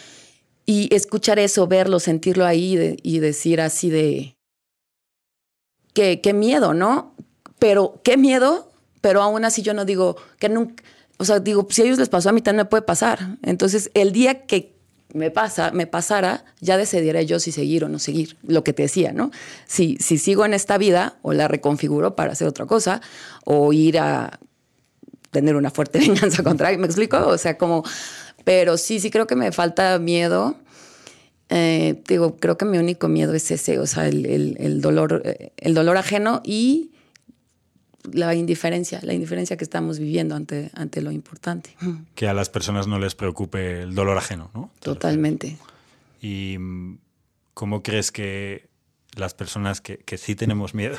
Y escuchar eso, verlo, sentirlo ahí de, y decir así de... Qué, qué miedo, ¿no? Pero qué miedo, pero aún así yo no digo que nunca... O sea, digo, si a ellos les pasó, a mí también me puede pasar. Entonces, el día que me pasa, me pasara, ya decidiré yo si seguir o no seguir. Lo que te decía, ¿no? Si, si sigo en esta vida o la reconfiguro para hacer otra cosa o ir a tener una fuerte venganza contra alguien. ¿Me explico? O sea, como... Pero sí, sí creo que me falta miedo. Eh, digo, creo que mi único miedo es ese, o sea, el, el, el dolor, el dolor ajeno y la indiferencia, la indiferencia que estamos viviendo ante, ante lo importante. Que a las personas no les preocupe el dolor ajeno, ¿no? Totalmente. ¿Y cómo crees que las personas que, que sí tenemos miedo,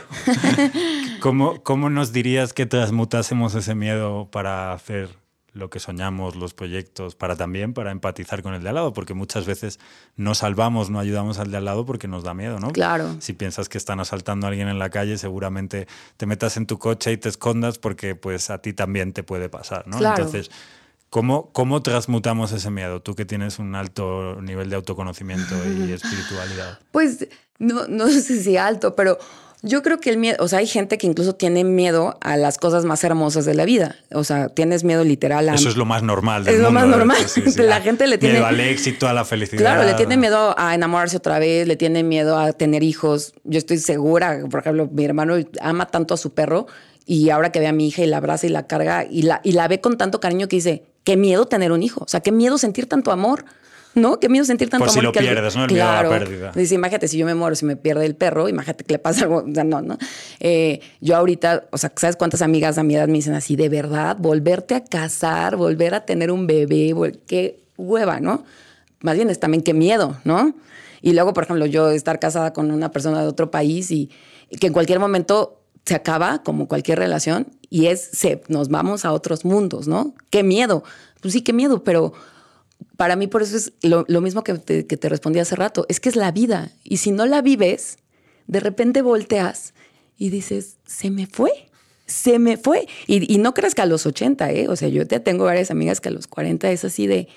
¿cómo, cómo nos dirías que transmutásemos ese miedo para hacer lo que soñamos, los proyectos, para también para empatizar con el de al lado? Porque muchas veces no salvamos, no ayudamos al de al lado porque nos da miedo, ¿no? Claro. Si piensas que están asaltando a alguien en la calle, seguramente te metas en tu coche y te escondas porque pues a ti también te puede pasar, ¿no? Claro. Entonces, ¿cómo, ¿cómo transmutamos ese miedo? Tú que tienes un alto nivel de autoconocimiento y espiritualidad. Pues no, no sé si alto, pero... Yo creo que el miedo, o sea, hay gente que incluso tiene miedo a las cosas más hermosas de la vida. O sea, tienes miedo literal a... Eso es lo más normal del es mundo. lo más normal. Sí, sí. La gente le tiene... Miedo al éxito, a la felicidad. Claro, le tiene miedo a enamorarse otra vez, le tiene miedo a tener hijos. Yo estoy segura, por ejemplo, mi hermano ama tanto a su perro y ahora que ve a mi hija y la abraza y la carga y la, y la ve con tanto cariño que dice, qué miedo tener un hijo. O sea, qué miedo sentir tanto amor. ¿No? Qué miedo sentir tanto Por amor. si lo que pierdes, ¿no? El claro, miedo a la pérdida. Dice, imagínate, si yo me muero, si me pierde el perro, imagínate que le pasa algo. O sea, no, ¿no? Eh, yo ahorita, o sea, ¿sabes cuántas amigas a mi edad me dicen así, de verdad, volverte a casar, volver a tener un bebé, qué hueva, ¿no? Más bien es también qué miedo, ¿no? Y luego, por ejemplo, yo estar casada con una persona de otro país y, y que en cualquier momento se acaba, como cualquier relación, y es, se, nos vamos a otros mundos, ¿no? Qué miedo. Pues sí, qué miedo, pero... Para mí, por eso es lo, lo mismo que te, que te respondí hace rato. Es que es la vida. Y si no la vives, de repente volteas y dices, se me fue, se me fue. Y, y no creas que a los ochenta, ¿eh? O sea, yo ya tengo varias amigas que a los cuarenta es así de...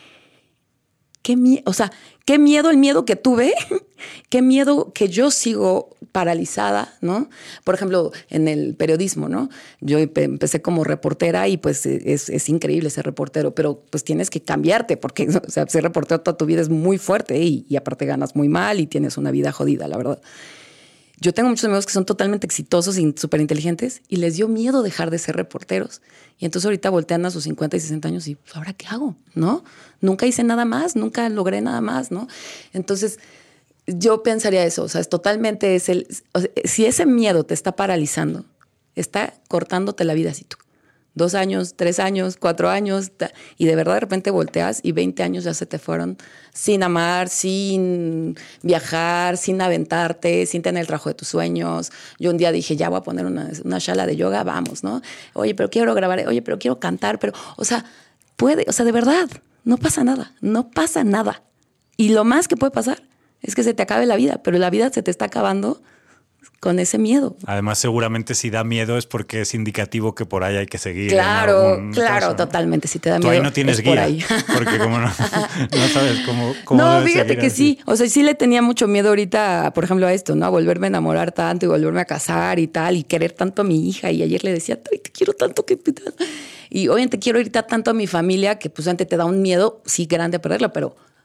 Qué miedo, o sea, qué miedo el miedo que tuve, qué miedo que yo sigo paralizada, ¿no? Por ejemplo, en el periodismo, ¿no? Yo empecé como reportera y pues es, es increíble ser reportero, pero pues tienes que cambiarte porque, o sea, ser reportero toda tu vida es muy fuerte y, y aparte ganas muy mal y tienes una vida jodida, la verdad. Yo tengo muchos amigos que son totalmente exitosos y súper inteligentes y les dio miedo dejar de ser reporteros. Y entonces ahorita voltean a sus cincuenta y sesenta años y pues, ¿ahora qué hago? ¿No? Nunca hice nada más, nunca logré nada más, ¿no? Entonces yo pensaría eso, o sea, es totalmente es el... O sea, si ese miedo te está paralizando, está cortándote la vida así tú. Dos años, tres años, cuatro años, y de verdad de repente volteas y veinte años ya se te fueron sin amar, sin viajar, sin aventarte, sin tener el trabajo de tus sueños. Yo un día dije, ya voy a poner una, una shala de yoga, vamos, ¿no? Oye, pero quiero grabar, oye, pero quiero cantar, pero, o sea, puede, o sea, de verdad, no pasa nada, no pasa nada. Y lo más que puede pasar es que se te acabe la vida, pero la vida se te está acabando con ese miedo. Además, seguramente si da miedo es porque es indicativo que por ahí hay que seguir. Claro, claro, caso, ¿no? Totalmente. Si te da Tú miedo, ahí no tienes es por guía, ahí. porque como no, no sabes cómo, cómo No, debes fíjate seguir que así. sí. O sea, sí le tenía mucho miedo ahorita, por ejemplo, a esto, ¿no? A volverme a enamorar tanto y volverme a casar y tal, y querer tanto a mi hija. Y ayer le decía, ay, te quiero tanto que... Y obviamente quiero ahorita tanto a mi familia que pues antes te da un miedo, sí, grande a perderla, pero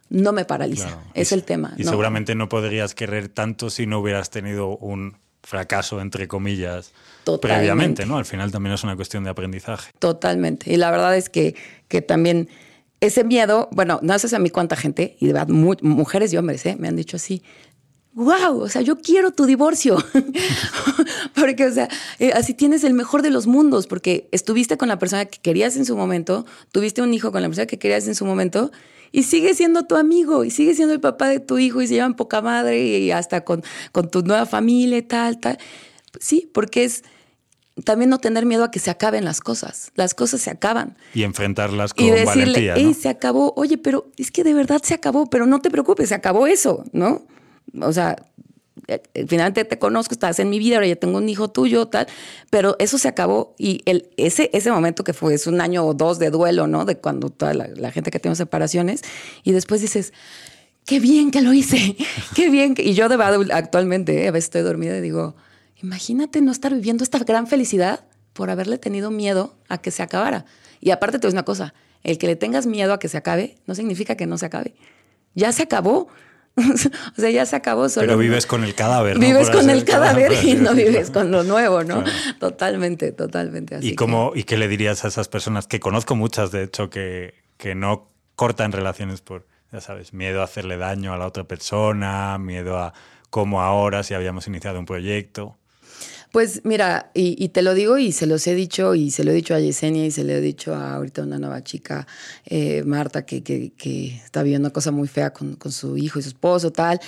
no me paraliza. Claro. Es y, el tema. Y no. seguramente no podrías querer tanto si no hubieras tenido un fracaso, entre comillas, Totalmente. previamente, ¿no? Al final también es una cuestión de aprendizaje. Totalmente. Y la verdad es que, que también ese miedo, bueno, no sé a mí cuánta gente, y de verdad, muy, mujeres y hombres, ¿eh? me han dicho así, wow, o sea, yo quiero tu divorcio. Porque, o sea, eh, así tienes el mejor de los mundos, porque estuviste con la persona que querías en su momento, tuviste un hijo con la persona que querías en su momento, y sigue siendo tu amigo, y sigue siendo el papá de tu hijo, y se llevan poca madre, y hasta con, con tu nueva familia y tal, tal. Sí, porque es también no tener miedo a que se acaben las cosas. Las cosas se acaban. Y enfrentarlas con y decirle, valentía, ¿no? Ey, se acabó. Oye, pero es que de verdad se acabó, pero no te preocupes, se acabó eso, ¿no? O sea, finalmente te conozco, estás en mi vida, ahora ya tengo un hijo tuyo, tal, pero eso se acabó. Y el, ese, ese momento que fue, es un año o dos de duelo, ¿no? De cuando toda la, la gente que tiene separaciones, y después dices, qué bien que lo hice, qué bien. Que... Y yo de verdad actualmente, ¿eh? A veces estoy dormida y digo, imagínate no estar viviendo esta gran felicidad por haberle tenido miedo a que se acabara. Y aparte te digo una cosa, el que le tengas miedo a que se acabe no significa que no se acabe. Ya se acabó. O sea, ya se acabó. Solo Pero vives no. con el cadáver, ¿no? Vives con el cadáver y no vives con lo nuevo, ¿no? Claro. Totalmente, totalmente. Así ¿Y, cómo, que... ¿Y qué le dirías a esas personas, que conozco muchas, de hecho, que, que no cortan relaciones por, ya sabes, miedo a hacerle daño a la otra persona, miedo a cómo ahora, si habíamos iniciado un proyecto? Pues mira, y, y te lo digo y se los he dicho, y se lo he dicho a Yesenia y se lo he dicho a ahorita una nueva chica, eh, Marta, que, que, que está viviendo una cosa muy fea con, con su hijo y su esposo, tal.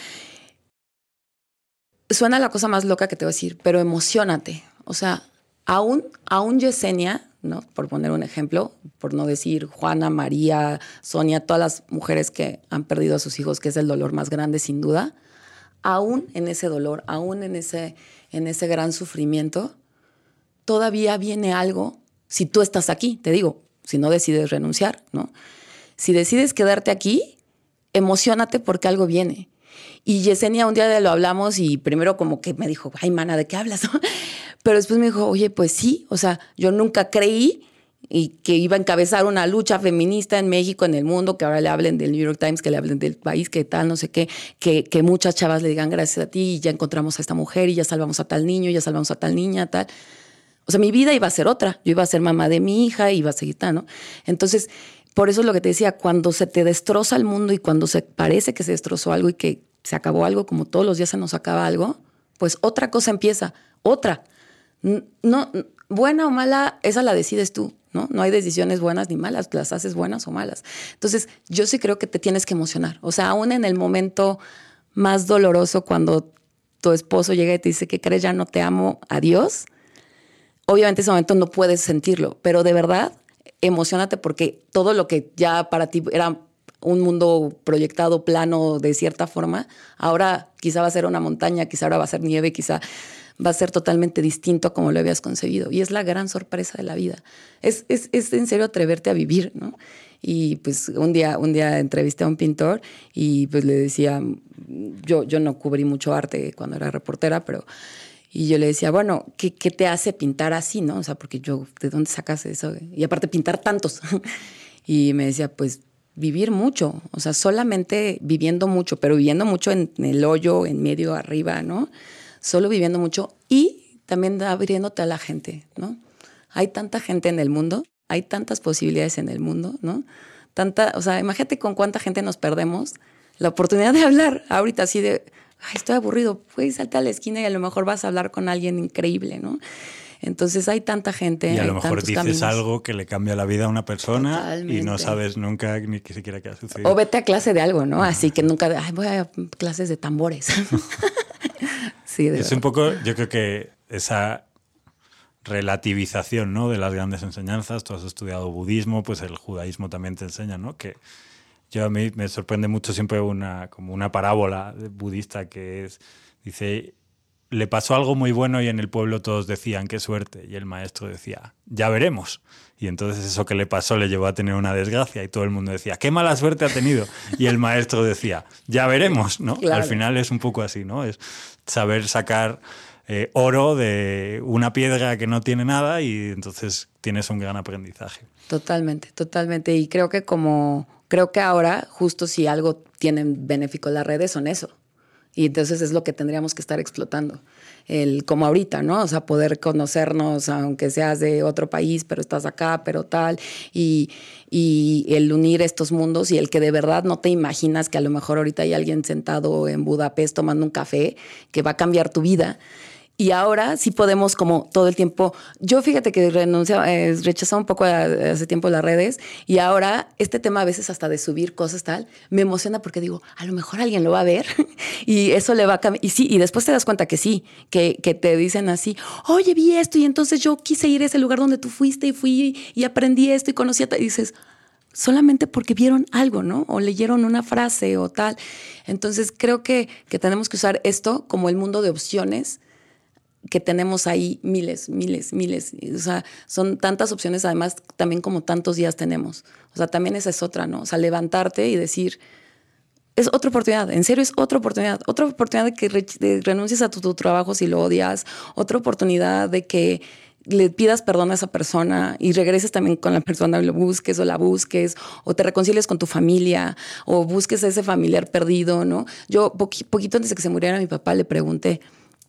Suena la cosa más loca que te voy a decir, pero emociónate. O sea, aún, aún Yesenia, ¿no? Por poner un ejemplo, por no decir Juana, María, Sonia, todas las mujeres que han perdido a sus hijos, que es el dolor más grande sin duda, aún en ese dolor, aún en ese... en ese gran sufrimiento, todavía viene algo, si tú estás aquí, te digo, si no decides renunciar, ¿no? Si decides quedarte aquí, emociónate porque algo viene. Y Yesenia, un día lo hablamos y primero como que me dijo, ay, mana, ¿de qué hablas? Pero después me dijo, oye, pues sí, o sea, yo nunca creí y que iba a encabezar una lucha feminista en México, en el mundo, que ahora le hablen del New York Times, que le hablen del país, que tal, no sé qué, que, que muchas chavas le digan gracias a ti y ya encontramos a esta mujer y ya salvamos a tal niño, ya salvamos a tal niña, tal. O sea, mi vida iba a ser otra. Yo iba a ser mamá de mi hija, iba a seguir tal, ¿no? Entonces, por eso es lo que te decía, cuando se te destroza el mundo y cuando se parece que se destrozó algo y que se acabó algo, como todos los días se nos acaba algo, pues otra cosa empieza, otra. No, buena o mala, esa la decides tú, ¿no? No hay decisiones buenas ni malas, las haces buenas o malas. Entonces, yo sí creo que te tienes que emocionar. O sea, aún en el momento más doloroso, cuando tu esposo llega y te dice, ¿qué crees? Ya no te amo, adiós. Obviamente ese momento no puedes sentirlo, pero de verdad, emocionate porque todo lo que ya para ti era un mundo proyectado, plano, de cierta forma, ahora quizá va a ser una montaña, quizá ahora va a ser nieve, quizá va a ser totalmente distinto a como lo habías concebido. Y es la gran sorpresa de la vida. Es, es, es en serio atreverte a vivir, ¿no? Y pues un día, un día entrevisté a un pintor y pues le decía, yo, yo no cubrí mucho arte cuando era reportera, pero... Y yo le decía, bueno, ¿qué, qué te hace pintar así, no? O sea, porque yo, ¿de dónde sacas eso? Y aparte pintar tantos. Y me decía, pues vivir mucho, o sea, solamente viviendo mucho, pero viviendo mucho en, en el hoyo, en medio, arriba, ¿no? Solo viviendo mucho y también abriéndote a la gente, ¿no? Hay tanta gente en el mundo, hay tantas posibilidades en el mundo, ¿no? Tanta, o sea, imagínate con cuánta gente nos perdemos la oportunidad de hablar ahorita así de, ay, estoy aburrido, puedes saltar a la esquina y a lo mejor vas a hablar con alguien increíble, ¿no? Entonces hay tanta gente. Y a lo mejor dices caminos. algo que le cambia la vida a una persona. Totalmente. Y no sabes nunca ni que siquiera qué ha sucedido. O vete a clase de algo, ¿no? Así que nunca, ay, voy a clases de tambores. Sí, de es verdad. un poco, yo creo que esa relativización, ¿no? De las grandes enseñanzas. Tú has estudiado budismo, pues el judaísmo también te enseña, ¿no? Que yo a mí me sorprende mucho siempre una, como una parábola budista que es, dice... Le pasó algo muy bueno y en el pueblo todos decían qué suerte y el maestro decía ya veremos, y entonces eso que le pasó le llevó a tener una desgracia y todo el mundo decía qué mala suerte ha tenido y el maestro decía ya veremos, ¿no? Claro. Al final es un poco así, ¿no? Es saber sacar eh, oro de una piedra que no tiene nada y entonces tienes un gran aprendizaje. Totalmente, totalmente. Y creo que como, creo que ahora, justo si algo tienen benéfico las redes, son eso. Y entonces es lo que tendríamos que estar explotando. El, como ahorita, ¿no? O sea, poder conocernos, aunque seas de otro país, pero estás acá, pero tal. Y, y el unir estos mundos y el que de verdad no te imaginas que a lo mejor ahorita hay alguien sentado en Budapest tomando un café que va a cambiar tu vida. Y ahora sí podemos como todo el tiempo... Yo fíjate que renuncia, eh, rechazaba un poco a, hace tiempo las redes y ahora este tema a veces hasta de subir cosas tal, me emociona porque digo, a lo mejor alguien lo va a ver y eso le va a cambiar. Y sí, y después te das cuenta que sí, que, que te dicen así, oye, vi esto y entonces yo quise ir a ese lugar donde tú fuiste y fui y aprendí esto y conocí a... Y dices... solamente porque vieron algo, ¿no? O leyeron una frase o tal. Entonces creo que, que tenemos que usar esto como el mundo de opciones que tenemos ahí miles, miles, miles. O sea, son tantas opciones, además también como tantos días tenemos. O sea, también esa es otra, ¿no? O sea, levantarte y decir, es otra oportunidad, en serio es otra oportunidad. Otra oportunidad de que re- de renuncies a tu, tu trabajo si lo odias. Otra oportunidad de que le pidas perdón a esa persona y regreses también con la persona y lo busques o la busques o te reconcilies con tu familia o busques a ese familiar perdido, ¿no? Yo poqu- poquito antes de que se muriera mi papá le pregunté,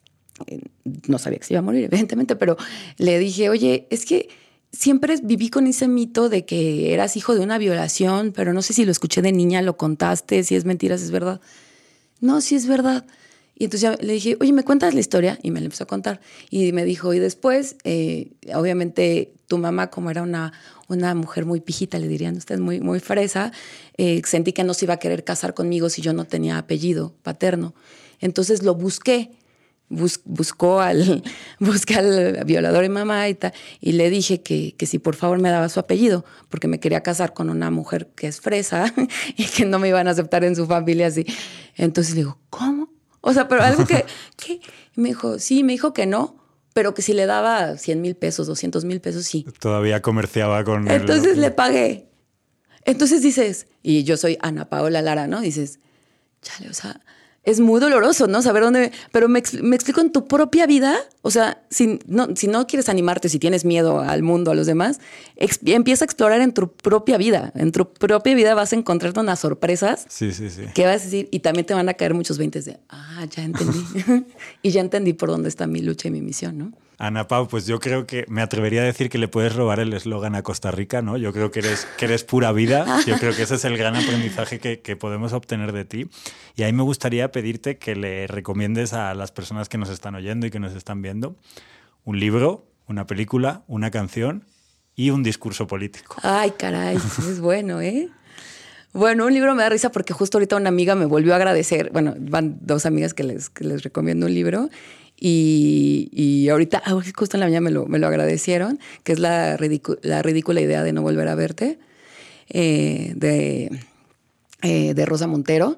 no sabía que se iba a morir, evidentemente, pero le dije, oye, es que siempre viví con ese mito de que eras hijo de una violación, pero no sé si lo escuché de niña, lo contaste, si es mentira, si es verdad. No, sí es verdad. Y entonces ya le dije, oye, ¿me cuentas la historia? Y me la empezó a contar. Y me dijo, y después, eh, obviamente, tu mamá, como era una, una mujer muy pijita, le dirían ustedes, muy, muy fresa, eh, sentí que no se iba a querer casar conmigo si yo no tenía apellido paterno. Entonces lo busqué. Bus, buscó al, busqué al violador y mamá y, ta, y le dije que, que si por favor me daba su apellido, porque me quería casar con una mujer que es fresa y que no me iban a aceptar en su familia así. Entonces le digo, ¿cómo? O sea, pero algo que, ¿qué? Y me dijo, sí, me dijo que no, pero que si le daba cien mil pesos, doscientos mil pesos, sí. Todavía comerciaba con él. Entonces el... le pagué. Entonces dices, y yo soy Ana Paola Lara, ¿no? Dices, chale, o sea... es muy doloroso, ¿no? Saber dónde... Pero me, me explico en tu propia vida, o sea, si no, si no quieres animarte, si tienes miedo al mundo, a los demás, ex, empieza a explorar en tu propia vida. En tu propia vida vas a encontrarte unas sorpresas. Sí, sí, sí. Que vas a decir, y también te van a caer muchos veintes de, ah, ya entendí. Y ya entendí por dónde está mi lucha y mi misión, ¿no? Ana Pau, pues yo creo que me atrevería a decir que le puedes robar el eslogan a Costa Rica, ¿no? Yo creo que eres, que eres pura vida. Yo creo que ese es el gran aprendizaje que, que podemos obtener de ti. Y ahí me gustaría pedirte que le recomiendes a las personas que nos están oyendo y que nos están viendo un libro, una película, una canción y un discurso político. Ay, caray, es bueno, ¿eh? Bueno, un libro me da risa porque justo ahorita una amiga me volvió a agradecer. Bueno, van dos amigas que les, que les recomiendo un libro. Y, y ahorita, justo en la mañana me lo, me lo agradecieron, que es la, ridicu- la ridícula idea de no volver a verte, eh, de, eh, de Rosa Montero,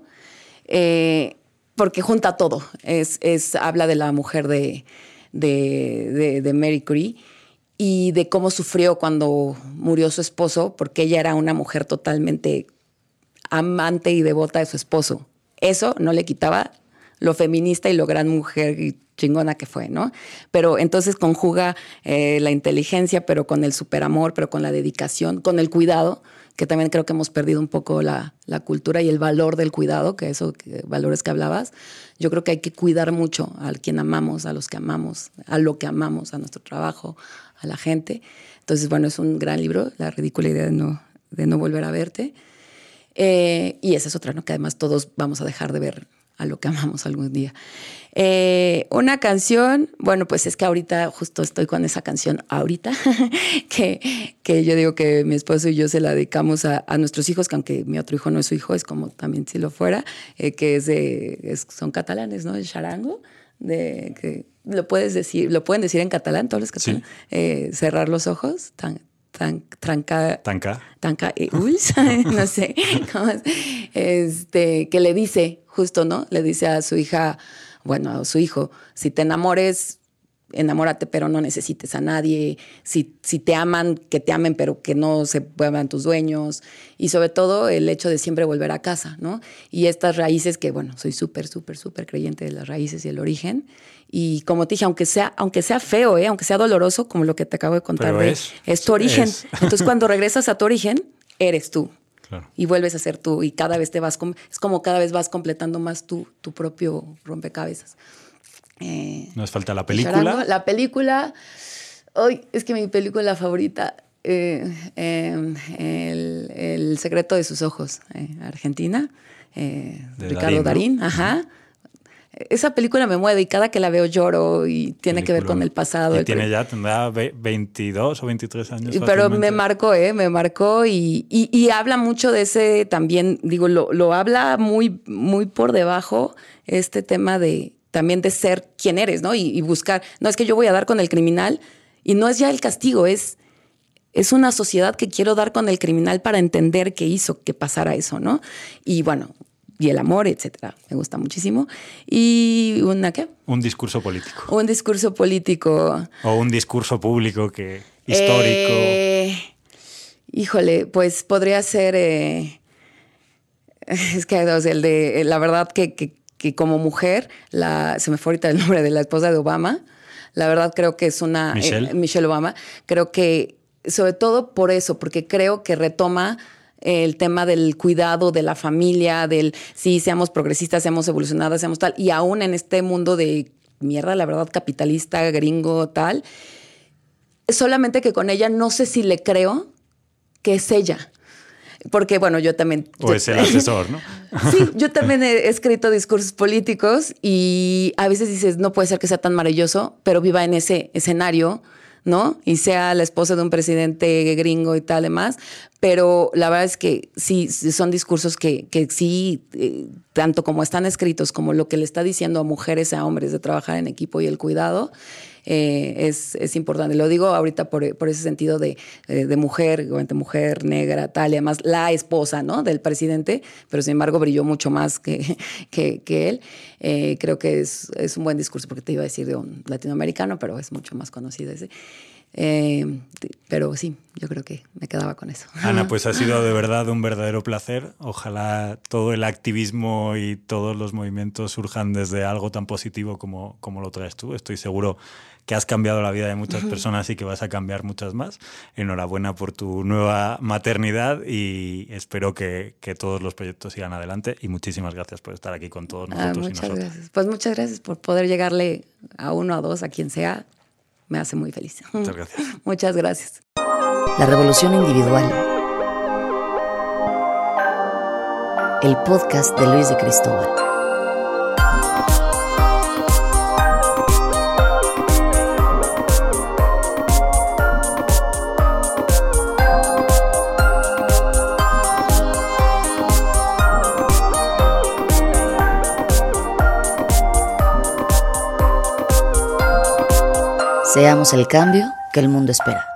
eh, porque junta todo. Es, es, habla de la mujer de, de, de, de Marie Curie y de cómo sufrió cuando murió su esposo, porque ella era una mujer totalmente amante y devota de su esposo. Eso no le quitaba lo feminista y lo gran mujer y chingona que fue, ¿no? Pero entonces conjuga eh, la inteligencia, pero con el superamor, pero con la dedicación, con el cuidado, que también creo que hemos perdido un poco la, la cultura y el valor del cuidado, que esos que, valores que hablabas. Yo creo que hay que cuidar mucho a quien amamos, a los que amamos, a lo que amamos, a nuestro trabajo, a la gente. Entonces, bueno, es un gran libro, La ridícula idea de no, de no volver a verte. Eh, y esa es otra, ¿no? Que además todos vamos a dejar de ver a lo que amamos algún día. Eh, una canción, bueno, pues es que ahorita justo estoy con esa canción ahorita, que, que yo digo que mi esposo y yo se la dedicamos a, a nuestros hijos, que aunque mi otro hijo no es su hijo, es como también si lo fuera, eh, que es de, es, son catalanes, ¿no? El charango, de, que lo puedes decir, lo pueden decir en catalán, todos los catalanes, sí. eh, cerrar los ojos, tan, tan, tranca, tanca, tanca e ulls, no sé, cómo es, este, que le dice, justo, ¿no? Le dice a su hija, bueno, a su hijo, si te enamores, enamórate, pero no necesites a nadie. Si, si te aman, que te amen, pero que no se vuelvan tus dueños. Y sobre todo el hecho de siempre volver a casa, ¿no? Y estas raíces que, bueno, soy súper, súper, súper creyente de las raíces y el origen. Y como te dije, aunque sea, aunque sea feo, ¿eh? Aunque sea doloroso, como lo que te acabo de contar, de, es, es tu origen. Es. Entonces, cuando regresas a tu origen, eres tú. Claro. Y vuelves a ser tú y cada vez te vas, com- es como cada vez vas completando más tu, tu propio rompecabezas. Eh, Nos falta la película. Charango, la película, hoy es que mi película favorita, eh, eh, el, el secreto de sus ojos, eh, Argentina, eh, Ricardo Darín, ¿no? Ajá. Esa película me mueve y cada que la veo lloro y tiene película. que ver con el pasado. Y tiene ya, tendrá veintidós o veintitrés años. Pero me marcó, ¿eh? Me marcó y, y, y habla mucho de ese también, digo, lo, lo habla muy, muy por debajo, este tema de también de ser quien eres, ¿no? Y, y buscar, no es que yo voy a dar con el criminal y no es ya el castigo, es, es una sociedad que quiero dar con el criminal para entender qué hizo que pasara eso, ¿no? Y bueno... y el amor, etcétera. Me gusta muchísimo. ¿Y una qué? Un discurso político. Un discurso político. O un discurso público que histórico. Eh, híjole, pues podría ser... Eh, es que o sea, el de, la verdad que, que, que como mujer, la, se me fue ahorita el nombre de la esposa de Obama. La verdad creo que es una... Michelle. Eh, Michelle Obama. Creo que, sobre todo por eso, porque creo que retoma... el tema del cuidado de la familia, del sí, seamos progresistas, seamos evolucionadas, seamos tal, y aún en este mundo de mierda, la verdad, capitalista, gringo, tal, solamente que con ella no sé si le creo que es ella. Porque, bueno, yo también... O yo, es el asesor, ¿no? Sí, yo también he escrito discursos políticos y a veces dices, no puede ser que sea tan maravilloso, pero viva en ese escenario, ¿no? Y sea la esposa de un presidente gringo y tal, demás. Pero la verdad es que sí, son discursos que, que sí, eh, tanto como están escritos, como lo que le está diciendo a mujeres y a hombres de trabajar en equipo y el cuidado, eh, es, es importante. Lo digo ahorita por, por ese sentido de, eh, de mujer, obviamente mujer negra, tal, y además la esposa, ¿no? Del presidente, pero sin embargo brilló mucho más que, que, que él. Eh, creo que es, es un buen discurso, porque te iba a decir de un latinoamericano, pero es mucho más conocido ese. Eh, pero sí, yo creo que me quedaba con eso. Ana, pues ha sido de verdad un verdadero placer. Ojalá todo el activismo y todos los movimientos surjan desde algo tan positivo como, como lo traes tú. Estoy seguro que has cambiado la vida de muchas personas y que vas a cambiar muchas más. Enhorabuena por tu nueva maternidad y espero que, que todos los proyectos sigan adelante. Y muchísimas gracias por estar aquí con todos nosotros. Ah, muchas y nosotros. gracias. Pues muchas gracias por poder llegarle a uno, a dos, a quien sea. Me hace muy feliz. Muchas gracias. Muchas gracias. La revolución individual. El podcast de Luis de Cristóbal. Seamos el cambio que el mundo espera.